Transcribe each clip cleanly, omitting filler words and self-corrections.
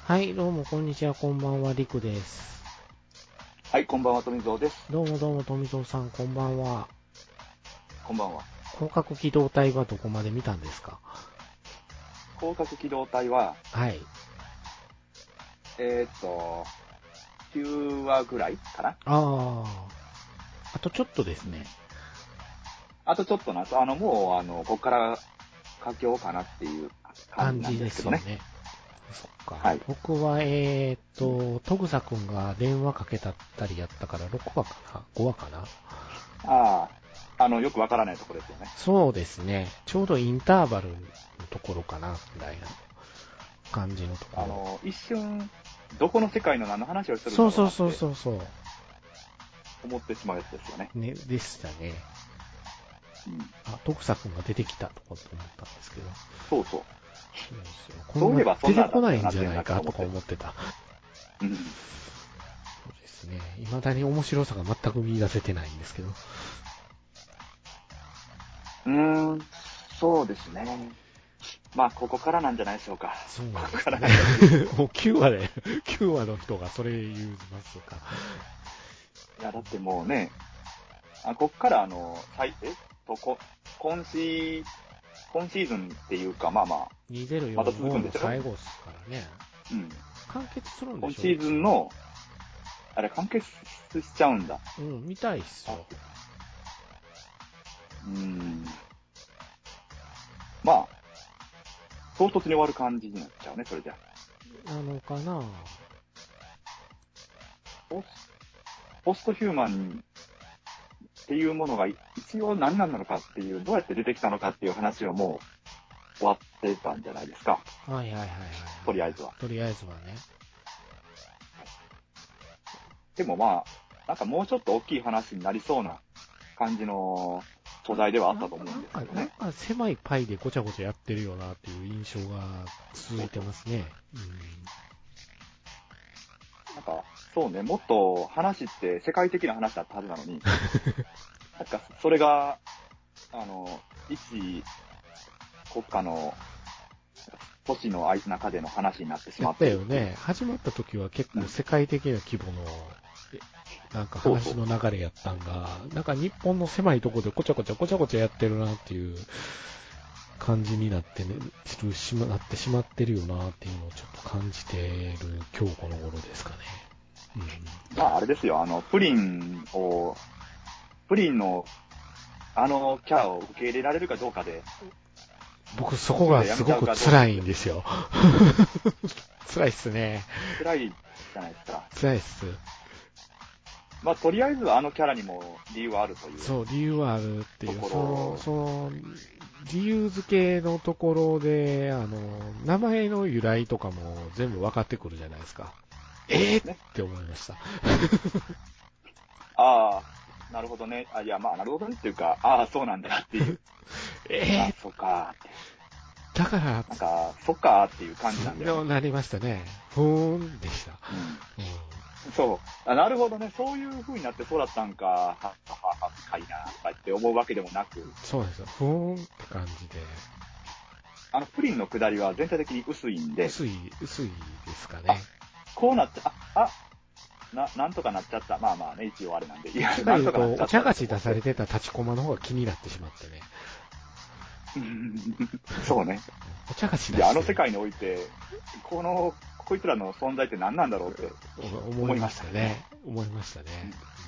はい、どうもこんにちは、こんばんは、りくです。 はい、こんばんは、富蔵です。 どうもどうも、富蔵さん、こんばんは。 こんばんは。 広角機動隊はどこまで見たんですか？ 広角機動隊は、 はい。 9話ぐらいかな。 あとちょっとですね。 あとちょっとな、もう、ここから佳境かなっていう感じなんですけどね。 感じですよね。そっか。 はい。 僕は、トグサ君が電話かけたったりやったから6話かな ?5 話かな。 よくわからないところですよね。 そうですね。ちょうどインターバルのところかな、みたいな感じのところ。 一瞬、どこの世界の何の話をするんだろうなってそう。 思ってしまうやつですよね。 ね、でしたね。 うん、 トグサ君が出てきたと思ったんですけど。 そうそう。 そうですよ。こそういえばそ出てんなんだこないんじゃったよなってないかとか思ってた。 うん。 そうですね。未だに面白さが全く見出せてないんですけど。 そうですね。まあ、ここからなんじゃないでしょうか。 そうなんですここからね。もう9話で、9話の人がそれ言いますか。 いや、だってもうね、こっから今シーズンっていうか、まあまあ、また続く 2045のんでしょ？ 最後ですからね。 うん。 完結するんでしょ？ 今シーズンの、あれ、完結しちゃうんだ。 うん、見たいっすよ。 まあ、唐突に終わる感じになっちゃうね、それじゃ。 かな。 ポストヒューマンっていうものが一応何なのかっていう、どうやって出てきたのかっていう話をもう終わってたんじゃないですか。 はい。 とりあえずは。 とりあえずはね。 でもまあ、なんかもうちょっと大きい話になりそうな感じの素材ではあったと思うんですけどね。 なんか狭いパイでごちゃごちゃやってるよなっていう印象が続いてますね。 なんか、そうね、もっと話って世界的な話だったはずなのに、なんかそれが、一国家の都市の中での話になってしやっまったてるよね。始まった時は結構世界的な規模の、なんか話の流れやったんが、なんか日本の狭いところでごちゃごちゃやってるなっていう感じになってね、なってしまってるよなっていうのをちょっと感じてる今日この頃ですかね。 まああれですよ、プリンのキャラを受け入れられるかどうかで、 僕そこがすごく辛いんですよ。辛いっすね。 辛いじゃないですか。 辛いっす。 まあとりあえずはキャラにも理由はあるという。 そう、理由はあるっていう、その、理由付けのところで、名前の由来とかも全部分かってくるじゃないですか。って思いました。 ああ、なるほどね。いや、まあ、なるほどねっていうか、そうなんだっていう。そっかって。 だから、なんか、そっかっていう感じなんだよね。 なりましたね。ふーんでした。 そう。なるほどね。そういう風になってそうだったんか、はっはかいな、とかって思うわけでもなく。 そうですよ。ふーんって感じで。 プリンの下りは全体的に薄いんで。 薄いですかね。 こうなって、なんとかなっちゃった。まあまあね、一応あれなんで。いや、 なんとかなっちゃった。お茶菓子出されてた立ちコマの方が気になってしまってね。 そうね。 お茶菓子出して。世界において、こいつらの存在って何なんだろうって思いましたね。思いましたね。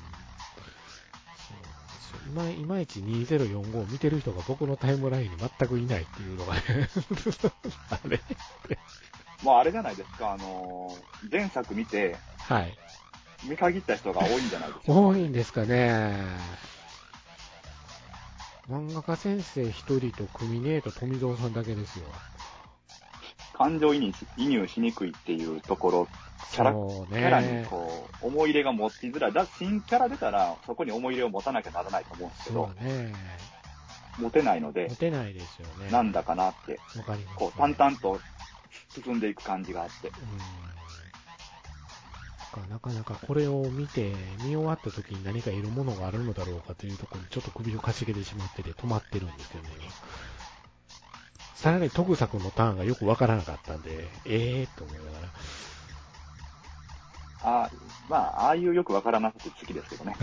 いまいち2045を見てる人が僕のタイムラインに全くいないっていうのがね。あれもうあれじゃないですか、前作見て、 はい。 見限った人が多いんじゃないですか。 多いんですかね。漫画家先生一人とクミネート富蔵さんだけですよ。 感情移入しにくいっていうところ、キャラにこう、思い入れが持ちづらい。新キャラ出たら、そこに思い入れを持たなきゃならないと思うんですけど、持てないので、 持てないですよね。 なんだかなって、 わかります、ね。 こう、淡々と進んでいく感じがあって。 なかなかこれを見終わった時に何か得るものがあるのだろうかというところにちょっと首をかしげてしまってて止まってるんですけどね。 さらにトグサ君のターンがよくわからなかったんで、と思いながら。 まあ、ああいうよくわからなくて好きですけどね。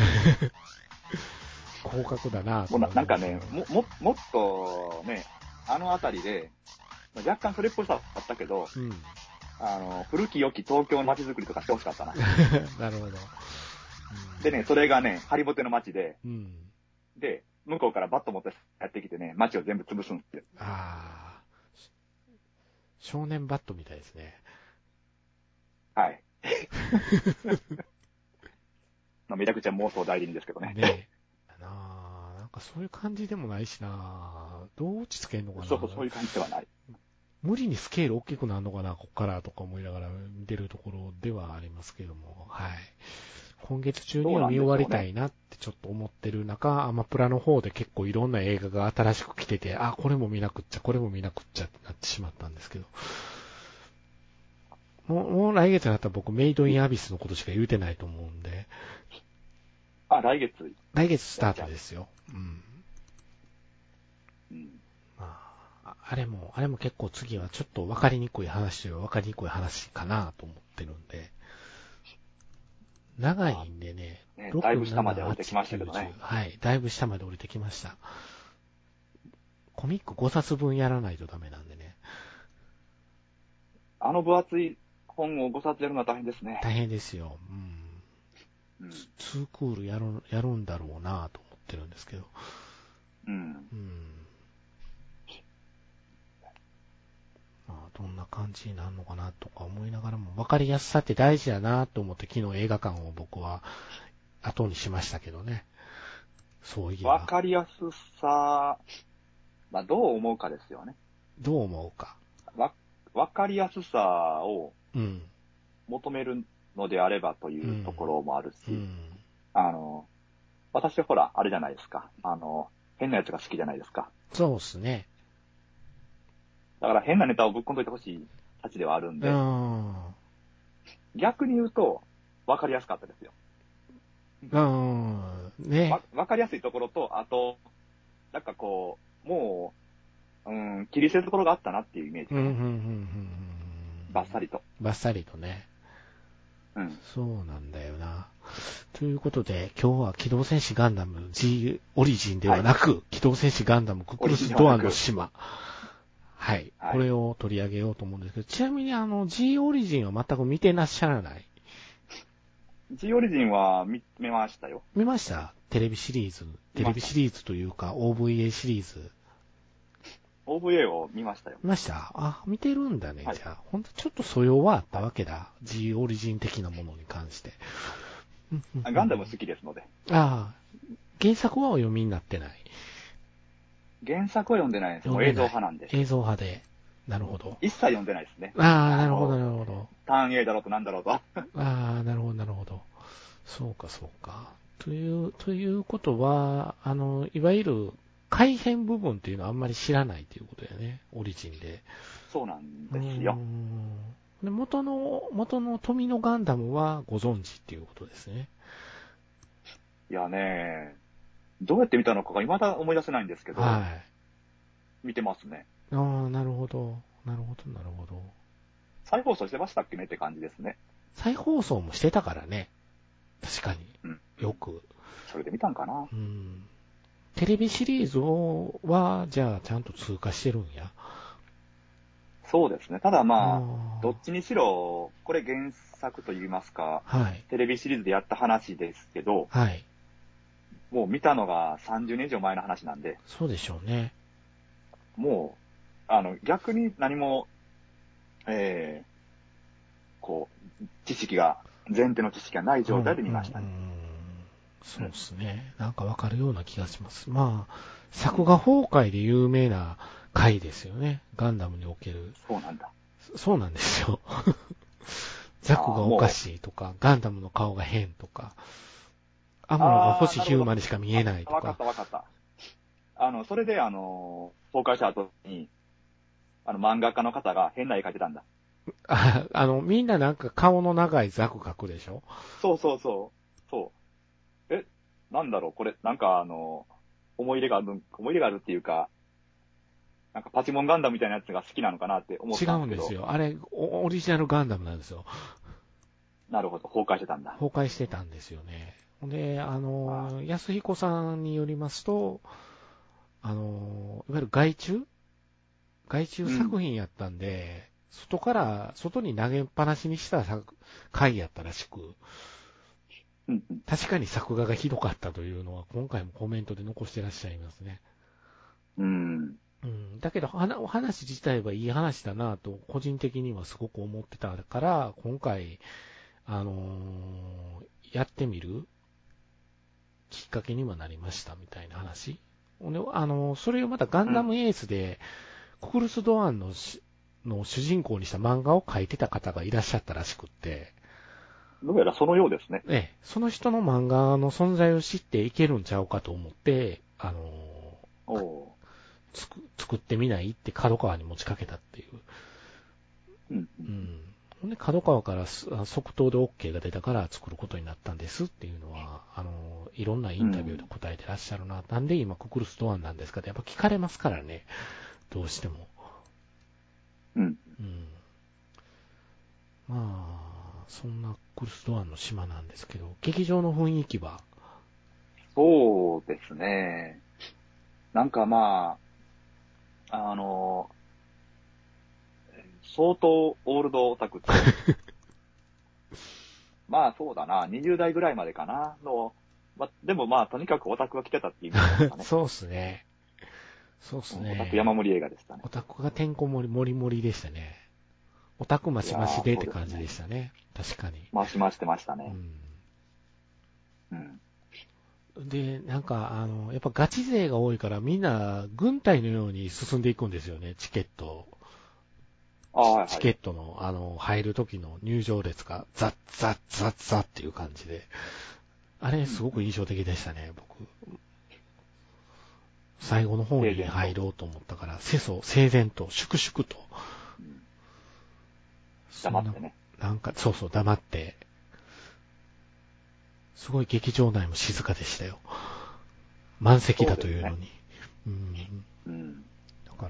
広角だなもうなんかね、もっとね、あのあたりで、若干それっぽさあったけど、 うん、 古き良き東京の街づくりとかしてほしかったな。 なるほど。 でね、それがね、ハリボテの街で、 うん、 で、向こうからバット持ってやってきてね、街を全部潰すんですよ。 ああ、少年バットみたいですね。 はい。まあ、めちゃくちゃ妄想代理人ですけどね。 ねえ。なんかそういう感じでもないしな、どう落ち着けんのかな。 そういう感じではない。 無理にスケール大きくなるのかな、こっからとか思いながら見てるところではありますけども、はい。今月中には見終わりたいなってちょっと思ってる中、アマプラの方で結構いろんな映画が新しく来てて、これも見なくっちゃ、これも見なくっちゃってなってしまったんですけど。もう来月になったら僕メイドインアビスのことしか言うてないと思うんで。 来月スタートですよ。うん。 うん。 まあ、あれも結構次はちょっと分かりにくい話という分かりにくい話かなと思ってるんで。長いんでね、 だいぶ下まで降りてきましたけどね。 はい、だいぶ下まで降りてきました。コミック5冊分やらないとダメなんでね。 分厚い本を5冊やるのは大変ですね。 大変ですよ。うん。2クールやるんだろうなと思ってるんですけど。 うん。 まあ、どんな感じになるのかなとか思いながらも、分かりやすさって大事だなと思って昨日映画館を僕は後にしましたけどね。そういえば。 分かりやすさ、まあどう思うかですよね。 どう思うか。 分かりやすさをうん。 求めるのであればというところもあるし、 うん。 私ほら、あれじゃないですか。変なやつが好きじゃないですか。 そうっすね。 だから変なネタをぶっ込んどいてほしいたちではあるんで、逆に言うと、分かりやすかったですよ。 ね。 分かりやすいところと、あと、なんかこう、もう、切り捨てるところがあったなっていうイメージ、バッサリと。 バッサリとね。 うん。 そうなんだよな。ということで、今日は機動戦士ガンダム G オリジンではなく、機動戦士ガンダムククルスドアの島。はい。これを取り上げようと思うんですけど、ちなみにG オリジンは全く見てらっしゃらない？ G オリジンは見ましたよ。 見ました？テレビシリーズというか OVA シリーズ。 OVA を見ましたよ。 見ました？見てるんだね。じゃあ、ほんとちょっと素養はあったわけだ。G オリジン的なものに関して。 ガンダム好きですので。 原作はお読みになってない。 原作は読んでないんです。もう映像派なんで。 映像派で。なるほど。 一切読んでないですね。 なるほど、なるほど。 ターン A だろうとなんだろうと。 なるほど、なるほど。そうか、そうか。ということは、いわゆる改変部分っていうのはあんまり知らないということだよね。オリジンで。 そうなんですよ。 で元の富のガンダムはご存知っていうことですね。 いやね、どうやって見たのかが未だ思い出せないんですけど、はい、見てますね。 なるほど。なるほど、なるほど。 再放送してましたっけねって感じですね。 再放送もしてたからね。確かに。よく。 それで見たんかな。 テレビシリーズは、じゃあちゃんと通過してるんや。 そうですね。ただまあ、どっちにしろ、これ原作と言いますか、テレビシリーズでやった話ですけど、もう見たのが30年以上前の話なんで。 そうでしょうね。 もう、逆に何も、前提の知識がない状態で見ましたね。 そうですね。なんかわかるような気がします。まあ、作画崩壊で有名な回ですよね。ガンダムにおける。 そうなんだ。 そうなんですよ。ザクがおかしいとか、ガンダムの顔が変とか、アムロが星ヒューマンにしか見えないとか。 わかった。それで崩壊した後に、漫画家の方が変な絵描いてたんだ。 みんななんか顔の長いザク描くでしょ？ そう。なんだろう、これ、なんか思い入れがあるっていうか、 なんかパチモンガンダムみたいなやつが好きなのかなって思っ違たんですけど。 うんですよ。あれ、オリジナルガンダムなんですよ。 なるほど、崩壊してたんだ。 崩壊してたんですよね。で、 あ安彦さんによりますと、いわゆる外注作品やったんで、外に投げっぱなしにした回やったらしく、 うんうん。 確かに作画がひどかったというのは、今回もコメントで残してらっしゃいますね。 うん。 うん、だけど、お話自体はいい話だなと、個人的にはすごく思ってたから、今回、やってみるきっかけにはなりましたみたいな話。それをまたガンダムエースで、ククルス・ドアンの主人公にした漫画を描いてた方がいらっしゃったらしくって、 どうやらそのようですね。 その人の漫画の存在を知っていけるんちゃうかと思って、 お作ってみないって角川に持ちかけたっていう。 うん。 ほんで、角川から即答で OK が出たから作ることになったんですっていうのは、いろんなインタビューで答えてらっしゃるな。なんで今ククルス・ドアンなんですかってやっぱ聞かれますからね。どうしても。 うん。 まあ、そんなクルス・ドアンの島なんですけど、劇場の雰囲気は、 そうですね。なんかまあ、相当オールドオタクってまあそうだな、20代ぐらいまでかな、でもまあとにかくオタクが来てたっていう意味ですかね。 そうっすね。そうっすオタク山ね。 盛り映画でしたね。 オタクがてんこ盛り、盛り盛りでしたね。オタクマシマシいやー、 でって感じでそうですね。 したね。確かに。 回し回してましたね。うん。 で、なんか、やっぱガチ勢が多いからみんな軍隊のように進んでいくんですよね、チケット。 ああ、はいはい。 チケットの、入る時の入場列が、ザッザッザッザッっていう感じで。あれ、すごく印象的でしたね、僕。最後の方に平然と。 入ろうと思ったから、整然と、粛々と。 うん、 そんな、 黙ってね。 なんか、そうそう、黙って。すごい劇場内も静かでしたよ。満席だというのに。うん。 うん。 だから、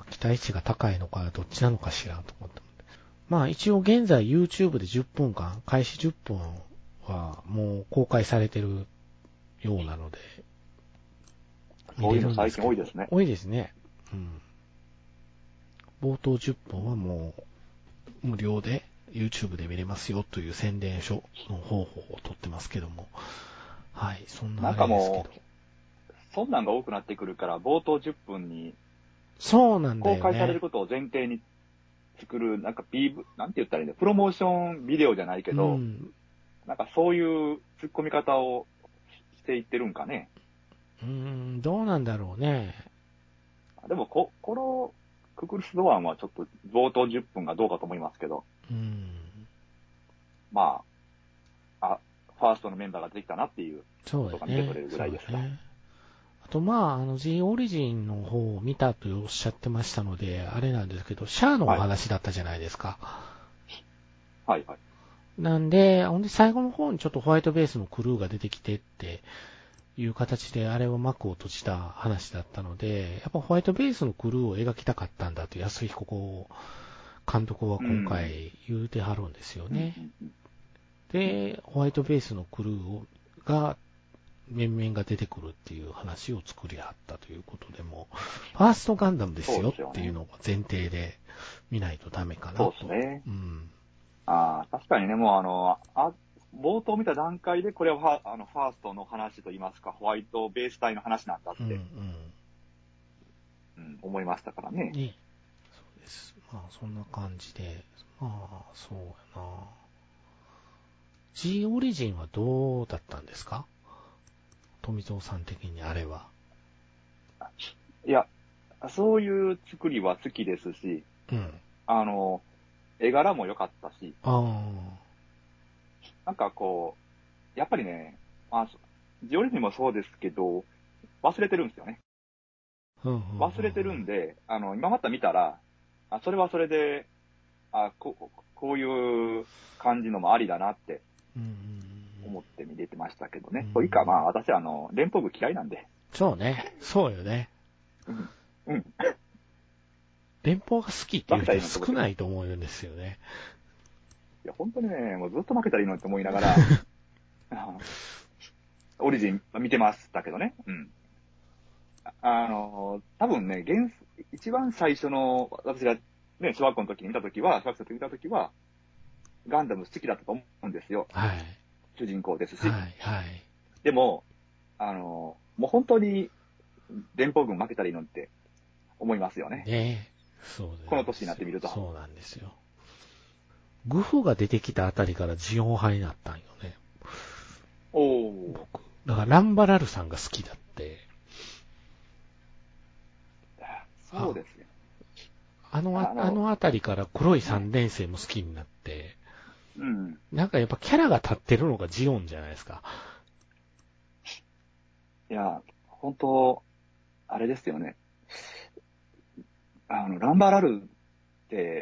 期待値が高いのか、どっちなのかしらと思った。まあ一応現在 YouTube で10分間、開始10分はもう公開されてるようなので、見れそういうの最るんですけど。 近多いですね。 多いですね。うん。冒頭10分はもう無料で YouTube で見れますよという宣伝書の方法をとってますけども。はい、そんななんあれですけど。 かもう、そんなんが多くなってくるから、冒頭10分にそうなんだ公よね。 開されることを前提に作る、なんかなんて言ったらいいんだ、プロモーションビデオじゃないけうど、 ん。 なんかそういう突っ込み方をしていってるんかね。 どうなんだろうね。 でもこのククルス・ドアンはちょっと冒頭10分がどうかと思いますけど、 うん。 まファーストのメンバーができたなっていうそうことが見て取だね。 れるぐそらいですか。 うだね。あと、まあ、G オリジンの方を見たとおっしゃってましたので、あれなんですけど、シャアのおはい。 話だったじゃないですか。 はいはい。 ほんで最後の方にちょっとホワイトベースのクルーが出てきてっていう形で、あれは幕を閉じた話だったので、やっぱホワイトベースのクルーを描きたかったんだと安彦監督は今回言うてはるんですよね。で、ホワイトベースのクルーが面々が出てくるっていう話を作りはったということでも、ファーストガンダムですよっていうのを前提で見ないとダメかなと。 そうですね。 うん。 確かにね、もう冒頭見た段階で、これはファーストの話といいますか、ホワイトベース体の話なんだっうんうて、 ん。 思いましたからね。 ね。そうです。まあそんな感じで、まあそうやな。G オリジンはどうだったんですか？富蔵さん的にあれは。 いや、そういう作りは好きですし、 うん。 あの、絵柄も良かったし、 あなんかこう、やっぱりね、ジオリジンもそうですけど、忘れてるんですよね。 あ。うんうん忘れてるんで、今また見たら、それはそれで、こういう感じのもありだなってうん。うん思って見れてましたけどうん。うね。というか、 ん。 私連邦部嫌いなんで。 そうね。そうよね。 うん。うん。 連邦が好きっていう人少ないと思うんですよね。 いや、本当にね、もうずっと負けたらいいのにと思いながら、オリジン見てましたけどね。うん。多分ね、一番最初の、私がね、小学校の時に見た時は、小学生の時に見た時は、ガンダム好きだったと思うんですよ。 はい。 主人公ですし。 はい、はい。 でも、もう本当に連邦軍負けたらいいのにって思いますよね。 ねえ。そうです。 この年になってみると。 そうなんですよ。グフが出てきたあたりからジオン派になったんよね。僕。だからランバラルさんが好きだって。 そうですよ。 あのあたりから黒い三連星も好きになって、 うん。 なんかやっぱキャラが立ってるのがジオンじゃないですか。 いや、本当あれですよね。ランバラルって、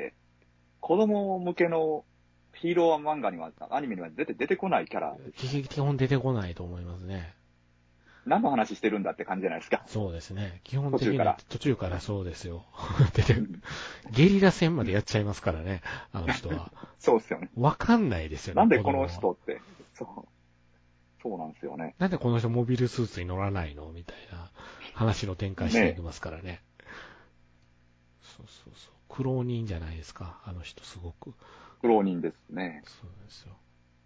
子供向けのヒーロー漫画には、アニメには出てこないキャラです、ね。 基本出てこないと思いますね。 何の話してるんだって感じじゃないですか。 そうですね。基本的に途中からそうですよ。出てうんゲリラ戦までやっちゃいますからね、あの人は。 そうですよね。 わかんないですよね。 なんでこの人って。そうなんですよね。 なんでこの人モビルスーツに乗らないのみたいな話の展開していきますからね。そうそうそう。苦労人じゃないですか、あの人すごく。 苦労人ですね。 そうですよ。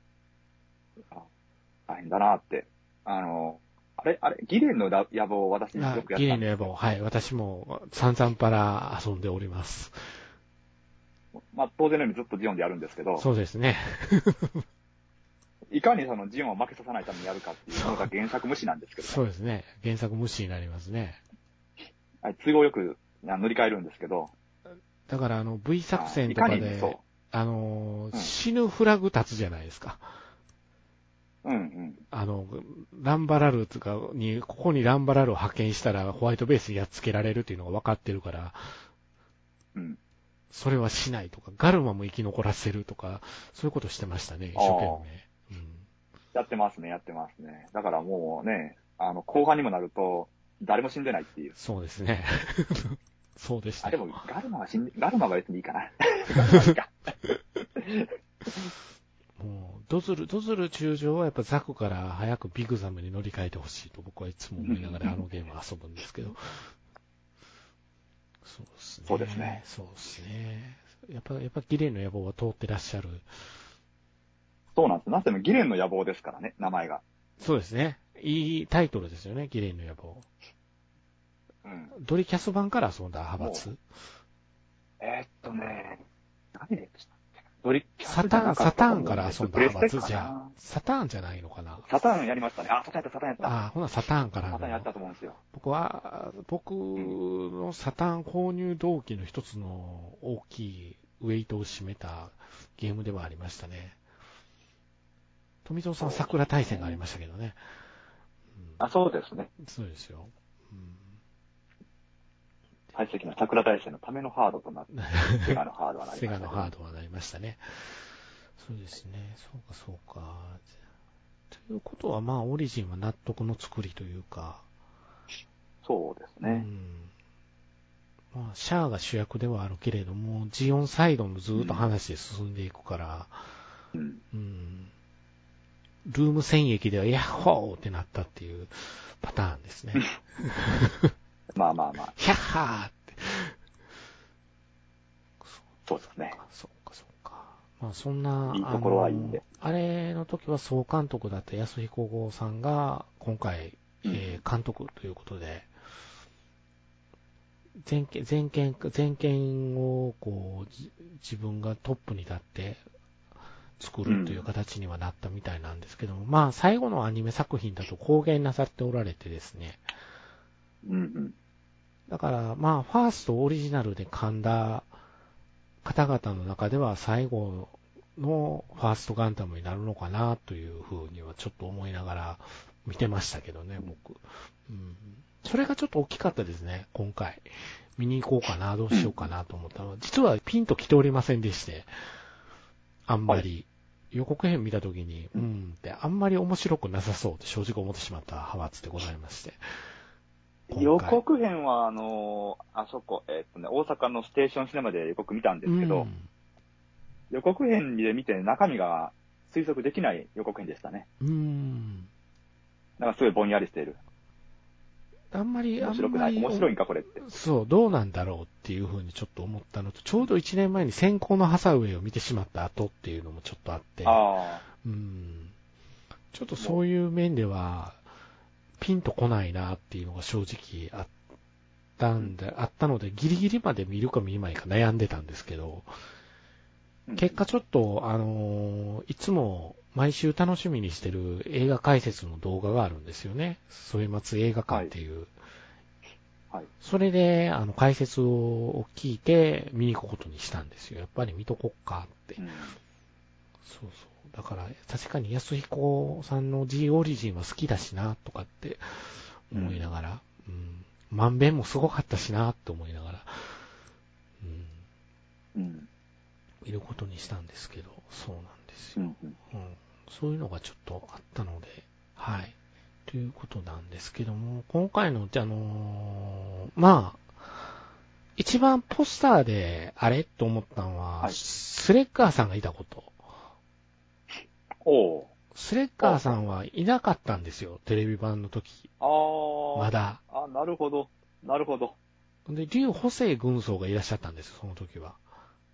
大変だなって。ギレンの野望を私よくやったんですよ。 ギレンの野望、はい。私も散々パラ遊んでおります。 まあ、当然のようにずっとジオンでやるんですけど。 そうですね。 いかにそのジオンを負けさせないためにやるかっていうのが原作無視なんですけど、ね。 そうですね。原作無視になりますね。 都合よく乗り換えるんですけど。 だからV 作戦とかで、死ぬフラグ立つじゃないですか。 うんうん。 ランバラルとかここにランバラルを派遣したらホワイトベースにやっつけられるっていうのが分かってるから、 うん。 それはしないとか、ガルマも生き残らせるとか、そういうことしてましたね、一生懸命。うん、 やってますね。だからもうね、後半にもなると、誰も死んでないっていう。 そうですね。そうでした。 でも、ガルマは別にいいかな。ガルマはいいか。 もう、ドズル中将はやっぱザクから早くビグザムに乗り換えてほしいと僕はいつも思いながらあのゲーム遊ぶんですけど。そうですね。 そうですね。 そうですね。やっぱギレンの野望は通ってらっしゃる。 そうなんです。なんせギレンの野望ですからね、名前が。 そうですね。いいタイトルですよね、ギレンの野望。 うん。 ドリキャス版から遊んだ派閥。 何でしたっけ？ドリキャスサターンから遊んだ派閥じゃあ。サターンじゃないのかな？ サターンやりましたね。サターンやった。 ほなサターンからサターンやったと思うんですよ。 僕のサターン購入動機の一つの大きいウェイトを占めたゲームではありましたね。富蔵さん桜大戦がありましたけどね。 そうですね。 そうですよ。 最終的な桜大戦のためのハードとなって、セガのハードはなりました、ね。 セガのハードはなりましたね。そうですね。そうか。ということは、オリジンは納得の作りというか。 そうですね。 シャアが主役ではあるけれども、ジオンサイドのずっと話で進んでいくから、ルーム戦役ではヤッホーってなったっていうパターンですね。 まあ。 ヒャッハーって。 そうですね。 そうか。そんな、 いいところはいいんで。 あれの時は総監督だった安彦剛さんが、今回、監督ということで、全権を自分がトップに立って作るという形にはなったみたいなんですけども、最後のアニメ作品だと公言なさっておられてですね。だから、ファーストオリジナルで噛んだ方々の中では最後のファーストガンダムになるのかなというふうにはちょっと思いながら見てましたけどね、僕。それがちょっと大きかったですね、今回。見に行こうかな、どうしようかなと思ったのは、実はピンと来ておりませんでして、あんまり。予告編見たときに、ってあんまり面白くなさそうって正直思ってしまった派閥でございまして。 予告編は、あそこ、大阪のステーションシネマで予告見たんですけど、予告編で見て中身が推測できない予告編でしたね。なんかすごいぼんやりしている。 あんまり、 面白くない。面白いんか、これって。 そう、どうなんだろうっていうふうにちょっと思ったのと、ちょうど1年前に先行のハサウェイを見てしまった後っていうのもちょっとあって、ちょっとそういう面では、ピンとこないなっていうのが正直あったので、ギリギリまで見るか見ないか悩んでたんですけど、結果ちょっと、いつも毎週楽しみにしてる映画解説の動画があるんですよね。添松映画館っていう。 はい。 それで、解説を聞いて見に行くことにしたんですよ。やっぱり見とこっかって。そうそう。だから、確かに安彦さんの G オリジンは好きだしな、とかって思いながら、万遍もすごかったしな、と思いながら、見ることにしたんですけど、そうなんですよ。そういうのがちょっとあったので、はい。ということなんですけども、今回の、まあ、一番ポスターで、あれと思ったのは、スレッガーさんがいたこと。スレッガーさんはいなかったんですよ、テレビ版の時。まだ。 なるほど。なるほど。 で、劉補正軍曹がいらっしゃったんですよ、その時は。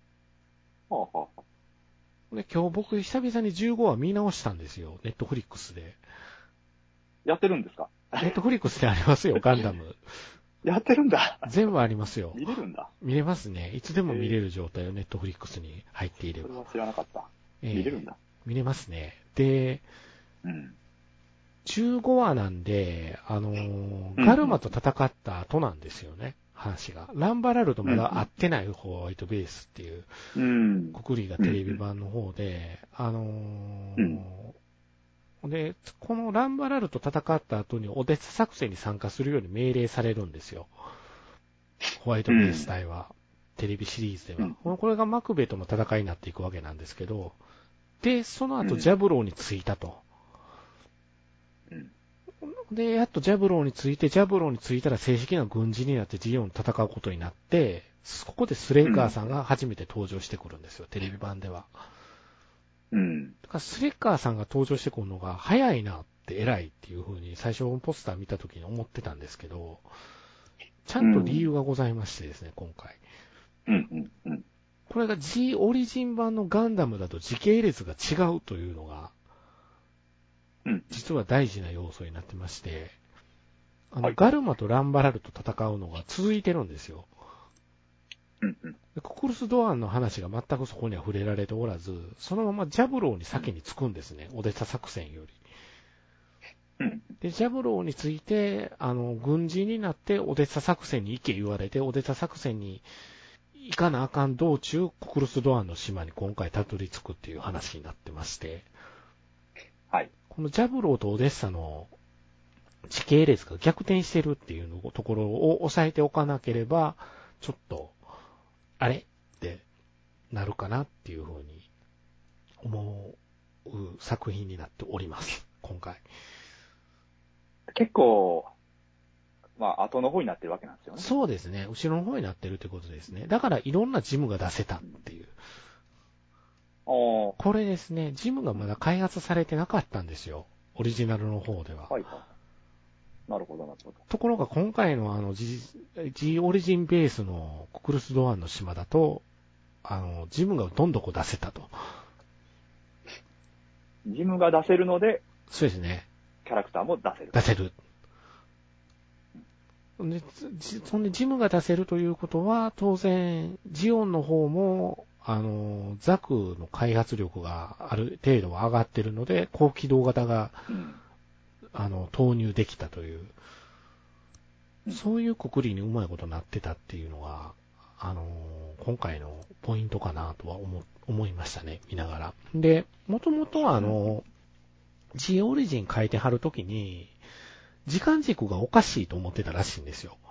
で、今日僕久々に15話見直したんですよ、ネットフリックスで。 やってるんですか？ ネットフリックスでありますよ、ガンダム。 やってるんだ。 全部ありますよ。 見れるんだ。 見れますね。いつでも見れる状態をネットフリックスに入っていれば。 それは知らなかった。見れるんだ。 見れますね。で、15話なんで、ガルマと戦った後なんですよね、話が。ランバラルとまだ会ってないホワイトベースっていう、くくりがテレビ版の方で、で、このランバラルと戦った後にオデッサ作戦に参加するように命令されるんですよ。ホワイトベース隊は、テレビシリーズでは。これがマクベとの戦いになっていくわけなんですけど、で、その後ジャブローに着いたと。で、やっとジャブローに着いたら正式な軍人になってジオンと戦うことになって、ここでスレッガーさんが初めて登場してくるんですよ、テレビ版では。だからスレッガーさんが登場してくるのが早いなって偉いっていう風に最初ポスター見た時に思ってたんですけど、ちゃんと理由がございましてですね、今回。これが G オリジン版のガンダムだと時系列が違うというのが、実は大事な要素になってまして、ガルマとランバラルと戦うのが続いてるんですよ。コクルス・ドアンの話が全くそこには触れられておらず、そのままジャブローに先に着くんですね、オデッサ作戦より。で、ジャブローについて、軍人になってオデッサ作戦に行け言われて、オデッサ作戦に行かなあかん道中、コクルス・ドアンの島に今回たどり着くっていう話になってまして、このジャブローとオデッサの時系列が逆転してるっていうところを押さえておかなければ、ちょっと、あれってなるかなっていうふうに思う作品になっております、今回。 結構、後の方になってるわけなんですよね。 そうですね。後ろの方になってるってことですね。だからいろんなジムが出せたっていう。これですね、ジムがまだ開発されてなかったんですよ。オリジナルの方では。 なるほど、なるほど。 ところが今回のG オリジンベースのコクルス・ドアンの島だと、ジムがどんどこ出せたと。 ジムが出せるので、 そうですね。 キャラクターも出せる。 出せる。で、そんでジムが出せるということは、当然、ジオンの方も、ザクの開発力がある程度は上がってるので、高機動型が、投入できたという、そういうくくりにうまいことになってたっていうのが、今回のポイントかなとは思いましたね、見ながら。で、もともとはG オリジン書いてはるときに、時間軸がおかしいと思ってたらしいんですよ。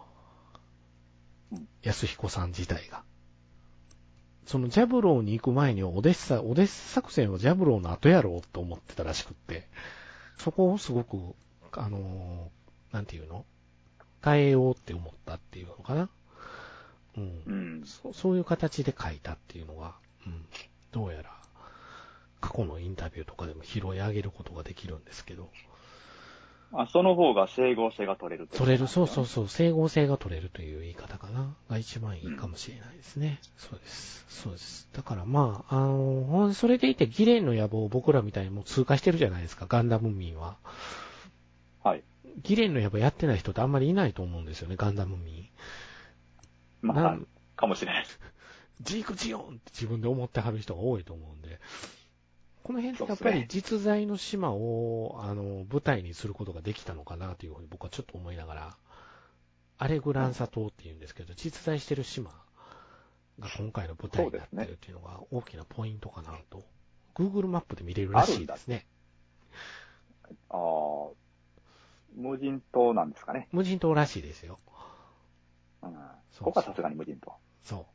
安彦さん自体が。そのジャブローに行く前にオデッサ作戦はジャブローの後やろうと思ってたらしくって、そこをすごく、なんていうの？ 換えようって思ったっていうのかな。うん。 うん。 そういう形で書いたっていうのが、うん。どうやら、過去のインタビューとかでも拾い上げることができるんですけど。 その方が整合性が取れるってことなんですよね。 そう、整合性が取れるという言い方かな。が一番いいかもしれないですね。そうです。だからまあ、それでいてギレンの野望を僕らみたいにもう通過してるじゃないですか、ガンダム民は。 はい。 ギレンの野望やってない人ってあんまりいないと思うんですよね、ガンダム民。 まあ、かもしれないです。 ジークジオンって自分で思ってはる人が多いと思うんで。この辺ってやっぱりそうですね。 実在の島を、舞台にすることができたのかなというふうに僕はちょっと思いながら、アレグランサ島って言うんですけど、実在してる島が今回の舞台になってるっていうのが大きなポイントかなと。Google マップで見れるらしいですね。 ああ、無人島なんですかね。 無人島らしいですよ。 うん。 そうここはさすがに無人島。 そう。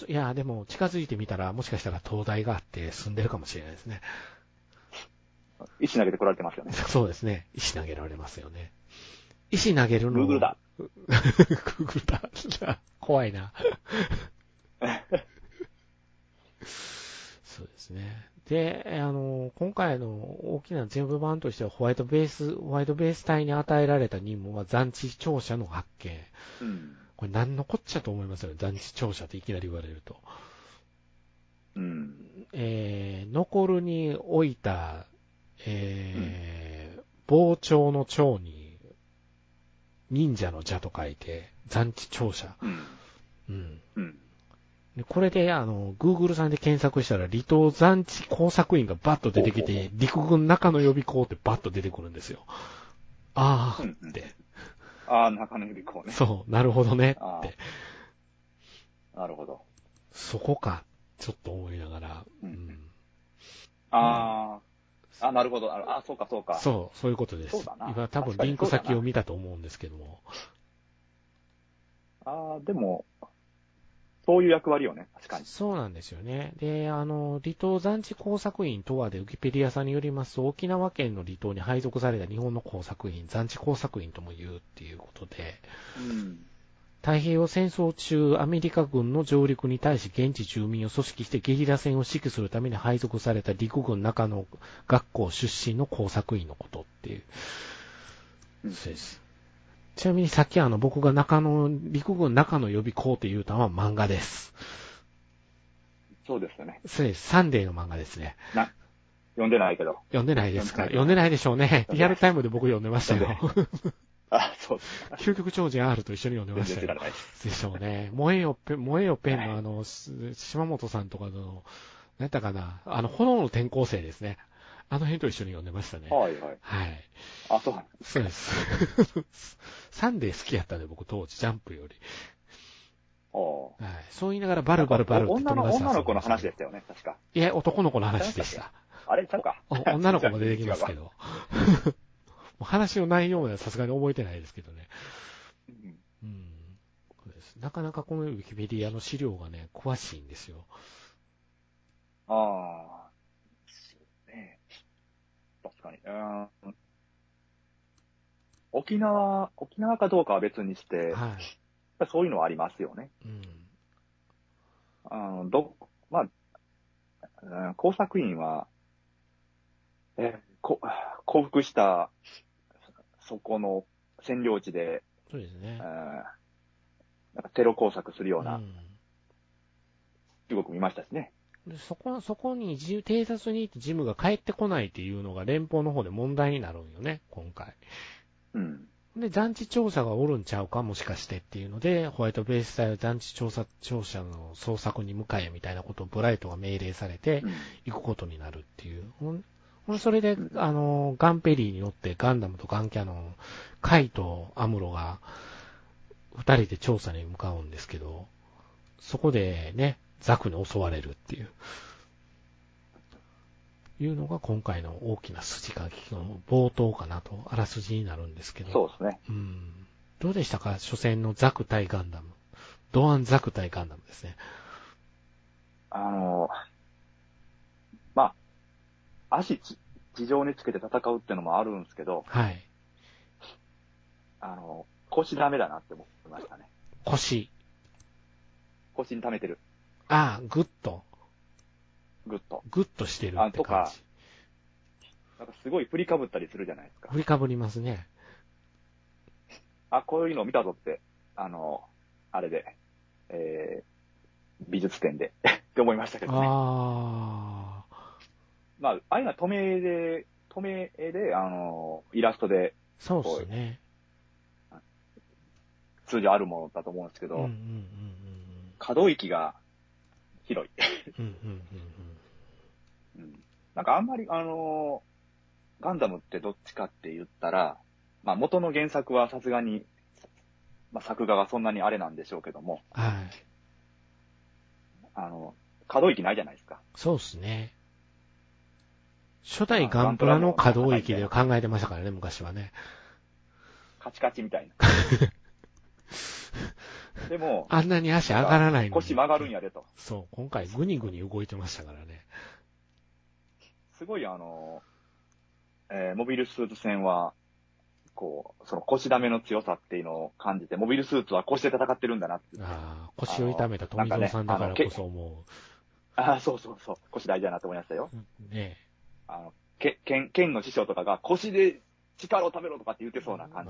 いや、でも近づいてみたらもしかしたら灯台があって住んでるかもしれないですね。 石投げてこられてますよね。 そうですね。石投げられますよね。石投げるの。 Google だ。 Google だ。怖いな。そうですね。で、今回の大きな全部版としてはホワイトベース隊に与えられた任務は残地庁舎の発見。 うん。 これ何のこっちゃと思いますよね。残地庁舎っていきなり言われると。 うん。 残るに置いた、傍聴の蝶に忍者の蛇と書いて残地庁舎。 うん。 うん。 うん。 でこれで、Google さんで検索したら、離島残地工作員がバッと出てきて、陸軍中野予備校ってバッと出てくるんですよ。あーって。 中野予備校ね。 そう、なるほどねって。 なるほど。 そこか、ちょっと思いながら。うん。 なるほど。そうか、そうか。 そういうことです。 そうだな。 今多分リンク先を見たと思うんですけども。 でも、そういう役割よね、確かに。 そうなんですよね。で、離島残地工作員とはでウィキペディアさんによりますと、沖縄県の離島に配属された日本の工作員、残地工作員とも言うっていうことで、 うん。 太平洋戦争中、アメリカ軍の上陸に対し現地住民を組織してゲリラ戦を指揮するために配属された陸軍中野学校出身の工作員のことっていう。そうです。ちなみにさっき僕が陸軍中野予備校って言うたのは漫画です。 そうですよね。 そうです。サンデーの漫画ですね。 読んでないけど。 読んでないですか？読んでないでしょうね。リアルタイムで僕読んでましたよ。 そうです。 究極超人 R と一緒に読んでましたよ。でしょうね。燃えよペンの島本さんとかの、何やったかな、炎の転校生ですね。あの辺と一緒に読んでましたね。 はいはい。 はい。 そうです。サンデー好きやったね、僕当時、ジャンプより。はい。そう言いながらバルって女の子の話でしたよね、確か。 いや、男の子の話でした。 あれちゃうか。 女の子も出てきますけど。話の内容はさすがに覚えてないですけどね。うん。そうです。なかなかこのウィキペディアの資料がね、詳しいんですよ。 そうね。確かに。沖縄かどうかは別にして、 はい。 そういうのはありますよね。 うん。 工作員は、降伏した、そこの占領地で、 そうですね。 なんかテロ工作するような、 うん。 中国見ましたしね。 でそこに偵察に行ってジムが帰ってこないっていうのが連邦の方で問題になるんよね、今回。 うん。 で、残地調査がおるんちゃうかもしかしてっていうので、ホワイトベース隊は残地調査の捜索に向かえみたいなことをブライトが命令されて、行くことになるっていう。それで、ガンペリーによってガンダムとガンキャノン、カイとアムロが、二人で調査に向かうんですけど、そこでね、ザクに襲われるっていうのが今回の大きな筋書きの冒頭かなと、あらすじになるんですけど。 そうですね。 どうでしたか？初戦のザク対ガンダム。ドアンザク対ガンダムですね。 地上につけて戦うってのもあるんですけど、 はい。 腰ダメだなって思いましたね。 腰腰に溜めてる。 ああ、グッと。 ぐっと。 グッとしてるって感じ。 なんかすごい振りかぶったりするじゃないですか。 振りかぶりますね。 あ、こういうの見たぞって、あれで、美術展でって思いましたけどね。 ああ。 まあ、ああいうのは透明で、イラストで、 そうですね。 通常あるものだと思うんですけど、 うんうんうんうん。 可動域が広い。 うんうんうんうん、なんかあんまり、ガンダムってどっちかって言ったら、まあ元の原作はさすがに、まあ作画がそんなにあれなんでしょうけども、 はい。 可動域ないじゃないですか。 そうですね。初代ガンプラの可動域で考えてましたからね、昔はね。 カチカチみたいな。でも、 あんなに足上がらないのに。 腰曲がるんやでと。 そう、今回グニグニ動いてましたからね。 すごいモビルスーツ戦は、こう、その腰ダメの強さっていうのを感じて、モビルスーツは腰で戦ってるんだなって。 ああ、腰を痛めた富蔵さんだからこそ思う。 ああ、そうそうそう。腰大事だなと思いましたよ。 ねえ。剣の師匠とかが腰で力を食べろとかって言ってそうな感じ。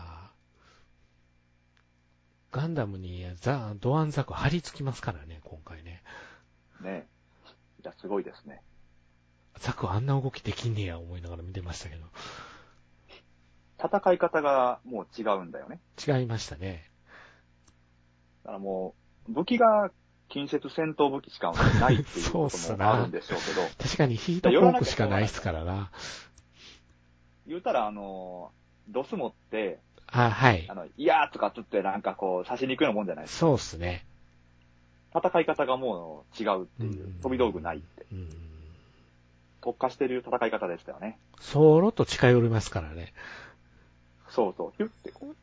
ガンダムにドアンザク張り付きますからね、今回ね。 ねえ。いや、すごいですね。 ザクあんな動きできんねや思いながら見てましたけど。 戦い方がもう違うんだよね。 違いましたね。 だからもう、武器が近接戦闘武器しかないっていうこともあるんでしょうけど。 確かにヒートフォークしかないっすからな。 言うたらドス持って、 はい。 いやーとかつってなんかこう、刺しに行くようなもんじゃないですか。 そうっすね。 戦い方がもう違うっていう、飛び道具ないって。特化してる戦い方でしたよね。 そろっと近寄りますからね。 そうそう、ヒュッてこう。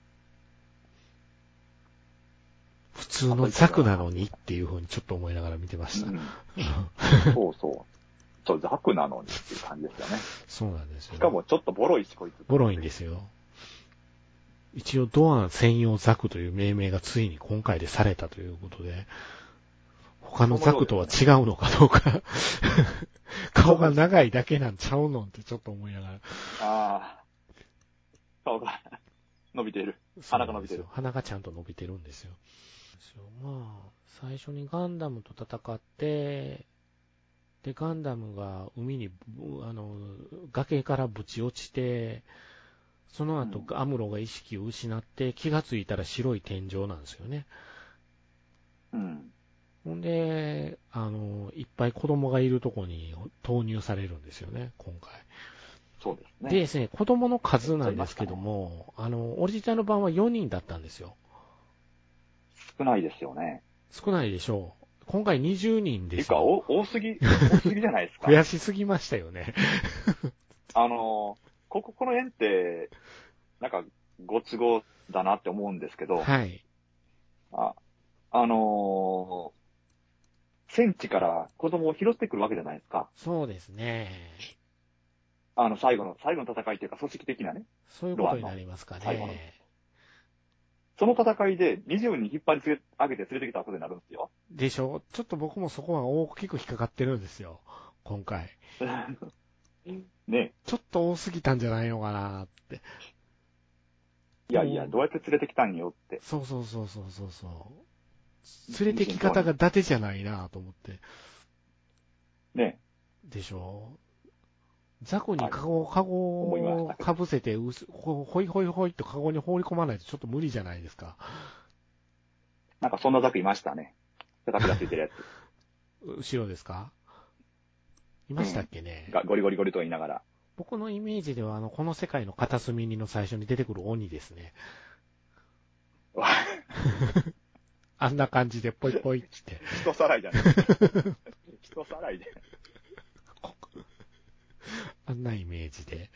普通のザクなのにっていう風にちょっと思いながら見てました。 そうそう。ザクなのにっていう感じですよね。 そうなんですよ。 しかもちょっとボロいし、こいつ。 ボロいんですよ。一応ドアン専用ザクという命名がついに今回でされたということで、他のザクとは違うのかどうか顔が長いだけなんちゃうのってちょっと思いながら。 ああ。顔が伸びている。鼻が伸びてる。 鼻がちゃんと伸びてるんですよ。まあ、最初にガンダムと戦って、で、ガンダムが海に、崖からぶち落ちて、その後、アムロが意識を失って気がついたら白い天井なんですよね。ほんで、いっぱい子供がいるとこに投入されるんですよね、今回。 そうですね。 でですね、子供の数なんですけども、オリジナル版は4人だったんですよ。 少ないですよね。 少ないでしょう。今回20人ですよ。 てか、多すぎじゃないですか。 増やしすぎましたよね。 この辺って、なんか、ご都合だなって思うんですけど、 はい。 戦地から子供を拾ってくるわけじゃないですか。 そうですね。 最後の戦いというか、組織的なね。 そういうことになりますかね。 その戦いで20人引っ張り上げて連れてきたことになるんですよ。 でしょ？ちょっと僕もそこは大きく引っかかってるんですよ。今回。 ね。 ちょっと多すぎたんじゃないのかなって。 いやいや、どうやって連れてきたんよって。 そう。連れてき方が伊達じゃないなと思って。 ね。 でしょ？ザクにカゴをかぶせて、ほいほいほいとカゴに放り込まないとちょっと無理じゃないですか。 なんかそんなザクいましたね。ザクがついてるやつ。 後ろですか？いましたっけね、 ゴリゴリゴリと言いながら。 僕のイメージでは、この世界の片隅にの最初に出てくる鬼ですね。あんな感じでポイポイって。 人さらいじゃない人さらいで。 あんなイメージで、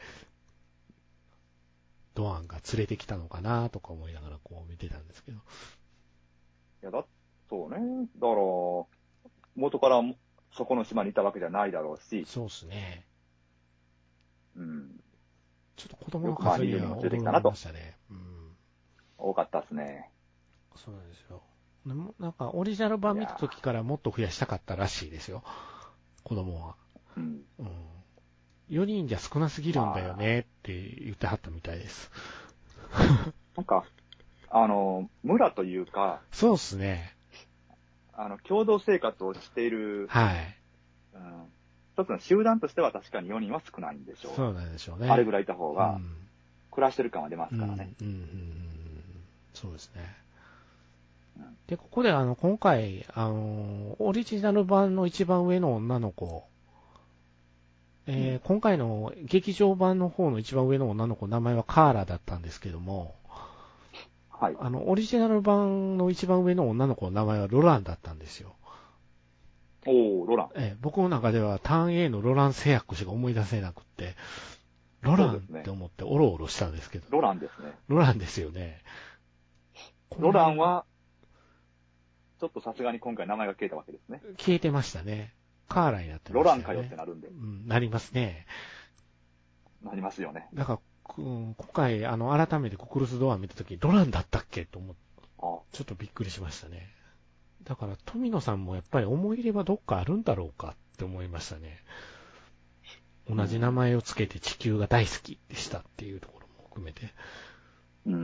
ドアンが連れてきたのかなとか思いながらこう見てたんですけど。 いや、そうね。だから、元からそこの島にいたわけじゃないだろうし。 そうですね。 うん。 ちょっと子供の数には驚きましたね。 多かったですね。 そうなんですよ。でもなんか、オリジナル版見た時からもっと増やしたかったらしいですよ。子供は。 うん。 うん。4人じゃ少なすぎるんだよねって言ってはったみたいです。 なんか、村というか、 そうっすね。 共同生活をしている、 はい。 うん、一つの集団としては確かに4人は少ないんでしょう。 そうなんでしょうね。 あれぐらいいた方が、 うん、 暮らしてる感は出ますからね。 そうですね。 うん、 で、ここで今回、オリジナル版の一番上の女の子、今回の劇場版の方の一番上の女の子、名前はカーラだったんですけども、 はい。 オリジナル版の一番上の女の子の名前はロランだったんですよ。 おー、ロラン。 僕の中ではターン A のロラン製薬しか思い出せなくって、ロランって思ってオロオロしたんですけど。 ロランですね。 ロランですよね。 ロランは、ちょっとさすがに今回名前が消えたわけですね。 消えてましたね。カーラになってましたね。 ロランかよってなるんで。 うん、なりますね。 なりますよね。 だから、今回、改めてコクルスドア見たとき、ロランだったっけと思って、ちょっとびっくりしましたね。だから、富野さんもやっぱり思い入れはどっかあるんだろうかって思いましたね。同じ名前をつけて地球が大好きでしたっていうところも含めて。 うんうん。